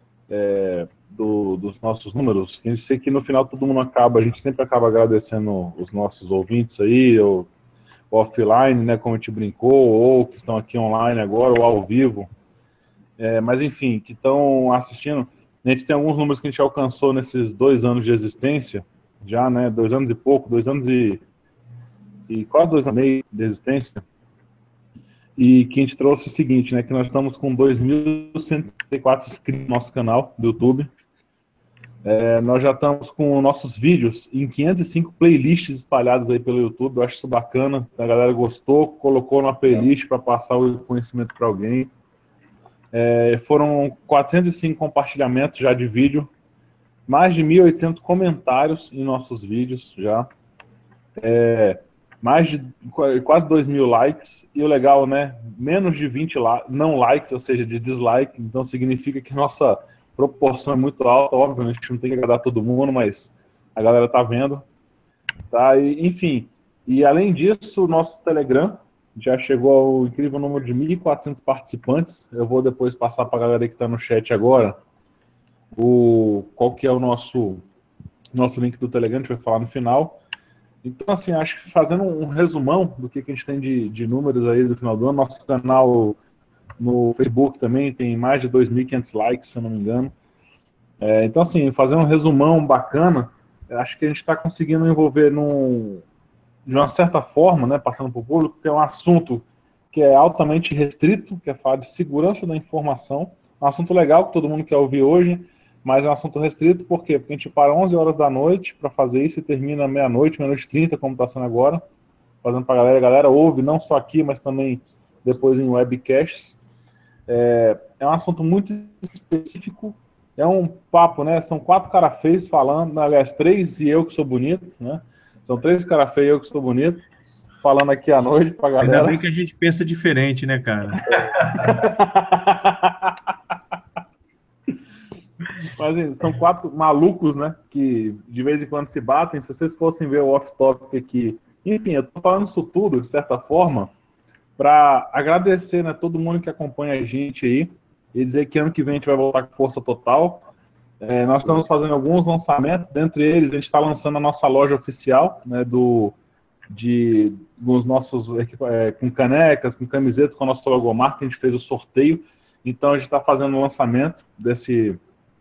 é, do, dos nossos números. Eu sei que no final todo mundo acaba, a gente sempre acaba agradecendo os nossos ouvintes aí, ou, ou offline, né, como a gente brincou, ou que estão aqui online agora, ou ao vivo. É, mas, enfim, que estão assistindo, a gente tem alguns números que a gente alcançou nesses dois anos de existência, já, né, dois anos e pouco, dois anos e, e quase dois anos e meio de existência, e que a gente trouxe o seguinte, né, que nós estamos com dois mil cento e trinta e quatro inscritos no nosso canal do YouTube, é, nós já estamos com nossos vídeos em quinhentas e cinco playlists espalhadas aí pelo YouTube, eu acho isso bacana, a galera gostou, colocou numa playlist para passar o conhecimento para alguém. É, foram quatrocentos e cinco compartilhamentos já de vídeo, mais de mil e oitocentos comentários em nossos vídeos já. É, mais de quase dois mil likes, e o legal, né, menos de vinte não likes, ou seja, de dislike, então significa que nossa proporção é muito alta, óbvio, a gente não tem que agradar todo mundo, mas a galera tá vendo, tá, e, enfim, e além disso, o nosso Telegram já chegou ao incrível número de mil e quatrocentos participantes, eu vou depois passar para a galera que está no chat agora, o, qual que é o nosso, nosso link do Telegram, a gente vai falar no final. Então, assim, acho que fazendo um resumão do que, que a gente tem de, de números aí do final do ano, nosso canal no Facebook também tem mais de dois mil e quinhentos likes, se eu não me engano. É, então, assim, fazendo um resumão bacana, acho que a gente está conseguindo envolver num, de uma certa forma, né, passando para o público, que é um assunto que é altamente restrito, que é falar de segurança da informação. É um assunto legal que todo mundo quer ouvir hoje, mas é um assunto restrito, por quê? Porque a gente para onze horas da noite para fazer isso e termina meia-noite, meia-noite e trinta, como está sendo agora, fazendo para a galera. A galera ouve não só aqui, mas também depois em webcasts. É, é um assunto muito específico, é um papo, né? São quatro caras feios falando, aliás, três e eu que sou bonito, né? São três caras feios e eu que sou bonito, falando aqui à noite para a galera. Ainda bem que a gente pensa diferente, né, cara? Mas assim, são quatro malucos, né, que de vez em quando se batem. Se vocês fossem ver o off-topic aqui, enfim, eu tô falando isso tudo, de certa forma, para agradecer, né, todo mundo que acompanha a gente aí, e dizer que ano que vem a gente vai voltar com força total. É, nós estamos fazendo alguns lançamentos, dentre eles a gente está lançando a nossa loja oficial, né, do, de, dos nossos, é, com canecas, com camisetas, com a nossa logomarca, a gente fez o sorteio, então a gente está fazendo o lançamento desse...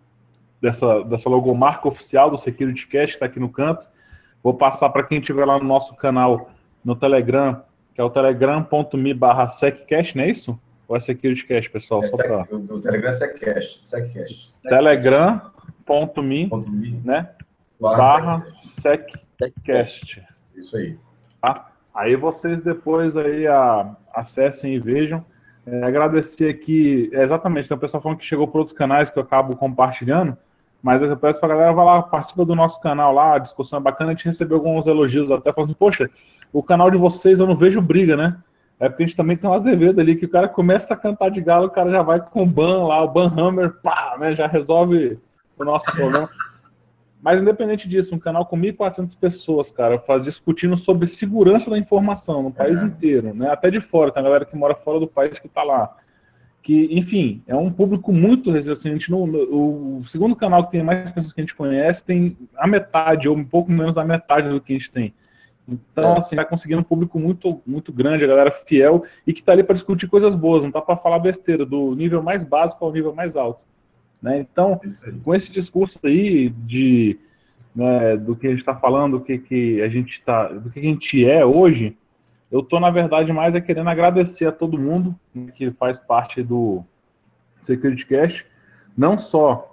Dessa, dessa logomarca oficial do SecurityCast, que está aqui no canto. Vou passar para quem estiver lá no nosso canal, no Telegram, que é o telegram ponto me barra seccast, não é isso? Ou é SecurityCast, pessoal? É, Só sec, pra... o, o Telegram é SecCast. SecCast. telegram ponto me né? barra seccast. Isso aí. Tá? Aí vocês depois aí a, acessem e vejam. É, agradecer aqui, é, exatamente, tem o pessoal falando que chegou por outros canais que eu acabo compartilhando, mas eu peço pra galera, vai lá, participa do nosso canal lá, a discussão é bacana, a gente recebeu alguns elogios até, falando assim, poxa, o canal de vocês eu não vejo briga, né? É porque a gente também tem um Azevedo ali, que o cara começa a cantar de galo, o cara já vai com o ban lá, o ban hammer, pá, né, já resolve o nosso problema. Mas independente disso, um canal com mil e quatrocentas pessoas, cara, discutindo sobre segurança da informação no país é. inteiro, né? Até de fora, tem a galera que mora fora do país que tá lá. Que, enfim, é um público muito resistente. No, no, o segundo canal que tem mais pessoas que a gente conhece tem a metade, ou um pouco menos da metade do que a gente tem. Então, é. assim, tá conseguindo um público muito, muito grande, a galera fiel, e que tá ali para discutir coisas boas, não tá para falar besteira, do nível mais básico ao nível mais alto. Né? Então, com esse discurso aí de, né, do que a gente está falando, do que, que a gente tá, do que a gente é hoje, eu estou, na verdade, mais é querendo agradecer a todo mundo que faz parte do SecurityCast, não só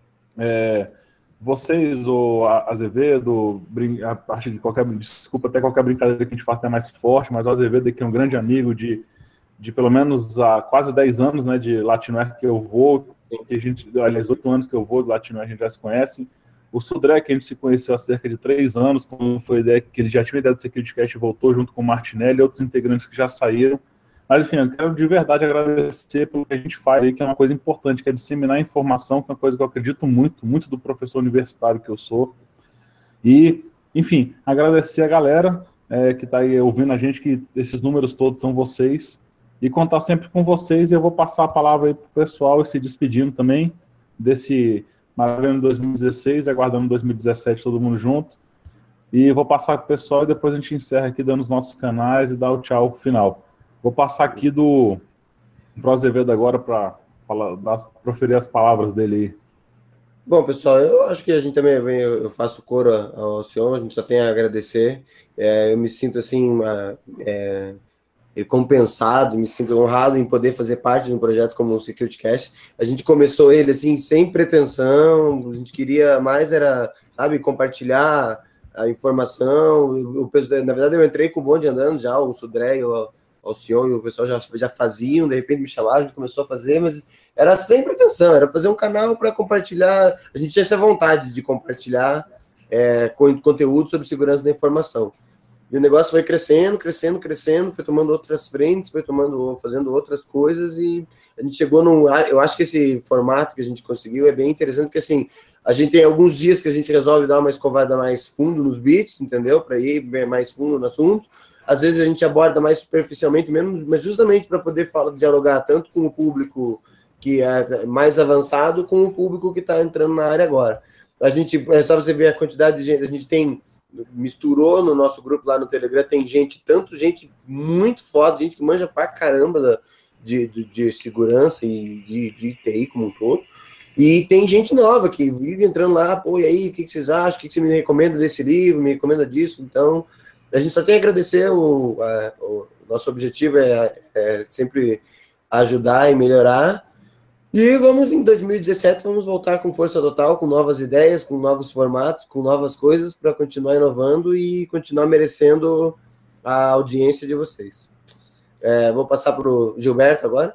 é, vocês, o Azevedo, a parte de qualquer, desculpa, até qualquer brincadeira que a gente faça é mais forte, mas o Azevedo que é um grande amigo de, de pelo menos há quase dez anos, né, de Latinoer que eu vou, que a gente, aliás, oito anos que eu vou do Latino, a gente já se conhece. O Sudré, que a gente se conheceu há cerca de três anos, quando foi a ideia que ele já tinha ideia do SecurityCast e voltou junto com o Martinelli e outros integrantes que já saíram. Mas, enfim, eu quero de verdade agradecer pelo que a gente faz aí, que é uma coisa importante, que é disseminar informação, que é uma coisa que eu acredito muito, muito do professor universitário que eu sou. E, enfim, agradecer a galera é, que está aí ouvindo a gente, que esses números todos são vocês. E contar sempre com vocês, e eu vou passar a palavra aí para o pessoal e se despedindo também desse maravilhoso dois mil e dezesseis, aguardando dois mil e dezessete todo mundo junto. E vou passar para o pessoal e depois a gente encerra aqui dando os nossos canais e dar o tchau final. Vou passar aqui do pro Azevedo agora para proferir as palavras dele aí. Bom, pessoal, eu acho que a gente também, eu faço coro ao senhor, a gente só tem a agradecer. É, eu me sinto assim, uma, é, compensado, me sinto honrado em poder fazer parte de um projeto como o SecurityCast. A gente começou ele assim, sem pretensão, a gente queria mais, era, sabe, compartilhar a informação. O, o, na verdade, eu entrei com o bonde andando já, o Sudré, o Alcion e o pessoal já, já faziam, de repente me chamaram, a gente começou a fazer, mas era sem pretensão, era fazer um canal para compartilhar, a gente tinha essa vontade de compartilhar é, conteúdo sobre segurança da informação. E o negócio foi crescendo, crescendo, crescendo, foi tomando outras frentes, foi tomando, fazendo outras coisas e a gente chegou num... Eu acho que esse formato que a gente conseguiu é bem interessante, porque assim, a gente tem alguns dias que a gente resolve dar uma escovada mais fundo nos beats, entendeu? Para ir mais fundo no assunto. Às vezes a gente aborda mais superficialmente mesmo, mas justamente para poder falar, dialogar tanto com o público que é mais avançado, com o público que está entrando na área agora. A gente, é só você ver a quantidade de gente, a gente tem, misturou no nosso grupo lá no Telegram, tem gente, tanto gente muito foda, gente que manja pra caramba da, de, de, de segurança e de, de T I como um todo, e tem gente nova que vive entrando lá, pô, e aí, o que, que vocês acham, o que, que você me recomenda desse livro, me recomenda disso, então... A gente só tem a agradecer, o, a, o nosso objetivo é, é sempre ajudar e melhorar. E vamos, em dois mil e dezessete, vamos voltar com força total, com novas ideias, com novos formatos, com novas coisas, para continuar inovando e continuar merecendo a audiência de vocês. É, vou passar para o Gilberto agora.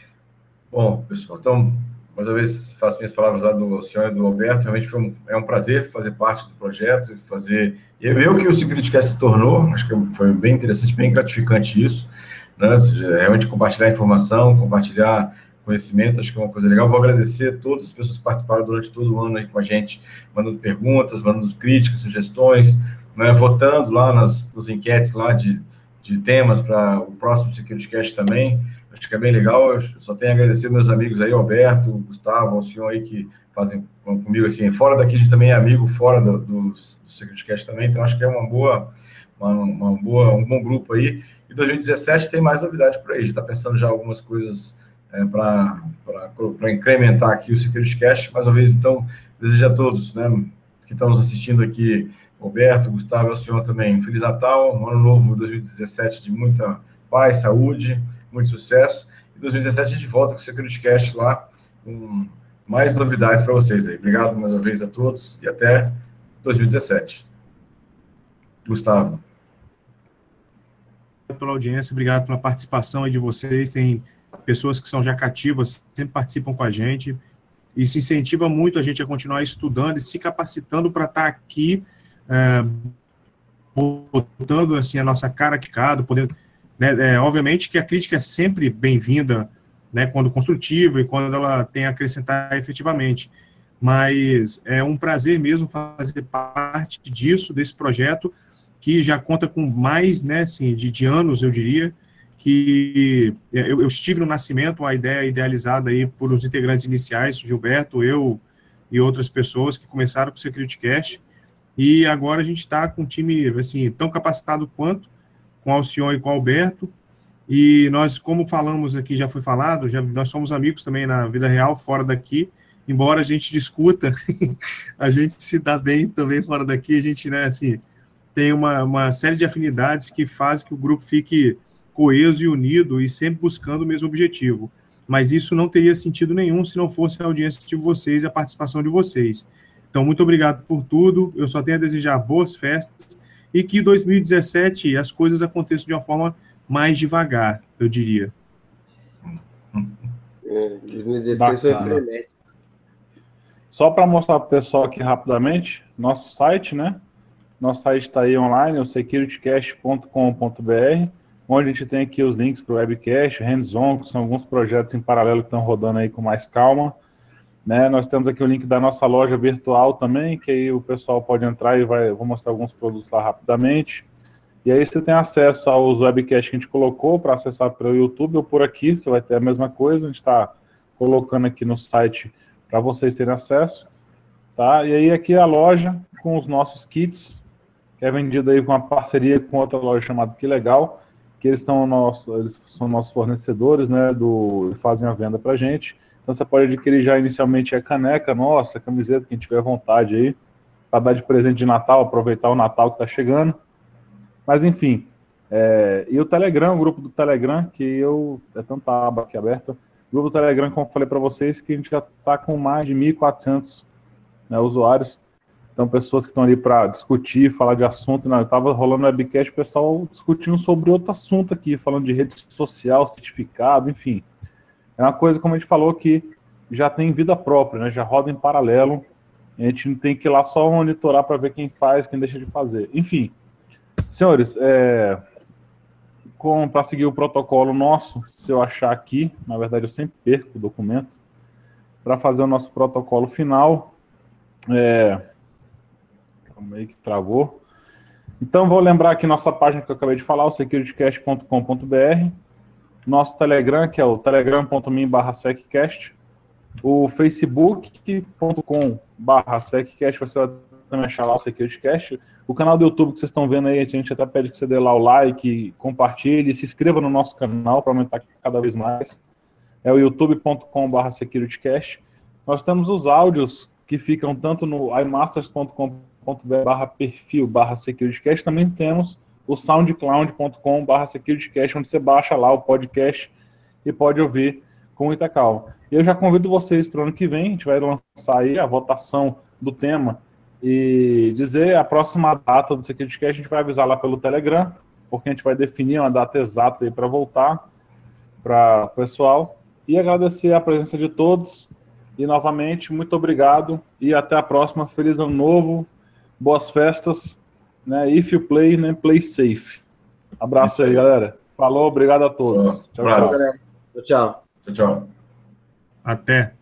Bom, pessoal, então, mais uma vez, faço minhas palavras lá do senhor e do Alberto. Realmente foi um, é um prazer fazer parte do projeto e fazer... E ver o que o SecurityCast se tornou, acho que foi bem interessante, bem gratificante isso, né? Ou seja, realmente compartilhar informação, compartilhar conhecimento, acho que é uma coisa legal. Vou agradecer a todas as pessoas que participaram durante todo o ano aí com a gente, mandando perguntas, mandando críticas, sugestões, né? Votando lá nas, nas enquetes lá de, de temas para o próximo SecurityCast também. Acho que é bem legal. Eu só tenho a agradecer meus amigos aí, Alberto, Gustavo, o senhor aí que fazem comigo, assim, fora daqui a gente também é amigo, fora do, do, do SecurityCast também, então acho que é uma boa, uma, uma boa, um bom grupo aí. E dois mil e dezessete tem mais novidades por aí, a gente está pensando já algumas coisas é, para incrementar aqui o SecurityCast. Mais uma vez, então, desejo a todos, né, que estão nos assistindo aqui, Roberto, Gustavo, o senhor também, um Feliz Natal, um ano novo dois mil e dezessete de muita paz, saúde, muito sucesso. Em dois mil e dezessete a gente volta com o SecurityCast lá, com mais novidades para vocês aí. Obrigado mais uma vez a todos e até dois mil e dezessete. Gustavo. Obrigado pela audiência, obrigado pela participação aí de vocês. Tem pessoas que são já cativas, sempre participam com a gente. Isso incentiva muito a gente a continuar estudando e se capacitando para estar aqui, é, botando assim, a nossa cara criticada, podendo, né, é, obviamente que a crítica é sempre bem-vinda, né, quando construtiva e quando ela tem a acrescentar efetivamente, mas é um prazer mesmo fazer parte disso, desse projeto, que já conta com mais, né, assim, de, de anos, eu diria, que eu, eu estive no nascimento, uma ideia idealizada aí por os integrantes iniciais, Gilberto, eu e outras pessoas que começaram com o SecurityCast, e agora a gente está com um time, assim, tão capacitado quanto, com o Alcion e com o Alberto. E nós, como falamos aqui, já foi falado, já, nós somos amigos também na vida real, fora daqui, embora a gente discuta, a gente se dá bem também fora daqui, a gente, né, assim, tem uma, uma série de afinidades que faz que o grupo fique coeso e unido e sempre buscando o mesmo objetivo. Mas isso não teria sentido nenhum se não fosse a audiência de vocês e a participação de vocês. Então, muito obrigado por tudo, eu só tenho a desejar boas festas e que em dois mil e dezessete as coisas aconteçam de uma forma mais devagar, eu diria. É, dois mil e dezesseis foi frenético. Só para mostrar para o pessoal aqui rapidamente, nosso site, né? Nosso site está aí online, é o securitycast ponto com ponto br, onde a gente tem aqui os links para o webcast, hands-on, que são alguns projetos em paralelo que estão rodando aí com mais calma. Né? Nós temos aqui o link da nossa loja virtual também, que aí o pessoal pode entrar e vai, vou mostrar alguns produtos lá rapidamente. E aí você tem acesso aos webcasts que a gente colocou para acessar pelo YouTube ou por aqui, você vai ter a mesma coisa, a gente está colocando aqui no site para vocês terem acesso. Tá? E aí aqui a loja com os nossos kits, que é vendido aí com uma parceria com outra loja chamada Que Legal, que eles, estão nosso, eles são nossos fornecedores, né, do, fazem a venda para a gente. Então você pode adquirir já inicialmente a caneca nossa, a camiseta, quem tiver vontade aí, para dar de presente de Natal, aproveitar o Natal que está chegando. Mas enfim, é, e o Telegram, o grupo do Telegram, que eu, é tanta aba aqui aberta, o grupo do Telegram, como eu falei para vocês, que a gente já está com mais de mil e quatrocentos, né, usuários. Então, pessoas que estão ali para discutir, falar de assunto. Não, eu estava rolando no webcast, o pessoal discutindo sobre outro assunto aqui, falando de rede social, certificado, enfim. É uma coisa, como a gente falou, que já tem vida própria, né? Já roda em paralelo. A gente não tem que ir lá só monitorar para ver quem faz, quem deixa de fazer. Enfim, Senhores, é, para seguir o protocolo nosso, se eu achar aqui, na verdade eu sempre perco o documento, para fazer o nosso protocolo final, é, meio que travou. Então, vou lembrar aqui nossa página que eu acabei de falar, o securitycast ponto com ponto br, nosso Telegram, que é o telegram ponto me barra seccast, o facebook ponto com barra seccast, você vai também achar lá o SecurityCast, o canal do YouTube que vocês estão vendo aí, a gente até pede que você dê lá o like, compartilhe, se inscreva no nosso canal para aumentar cada vez mais, é o youtube ponto com barra securitycast. Nós temos os áudios que ficam tanto no imasters ponto com ponto br barra perfil barra securitycast, também temos o soundcloud ponto com barra securitycast, onde você baixa lá o podcast e pode ouvir com muita calma. Eu já convido vocês para o ano que vem, a gente vai lançar aí a votação do tema e dizer a próxima data do SecurityCast, a gente vai avisar lá pelo Telegram, porque a gente vai definir uma data exata aí para voltar para o pessoal, e agradecer a presença de todos, e novamente, muito obrigado, e até a próxima, feliz ano novo, boas festas, né? If you play, né? Play safe. Abraço aí, galera. Falou, obrigado a todos. Tchau, tchau. Tchau, tchau. Tchau, tchau. Até.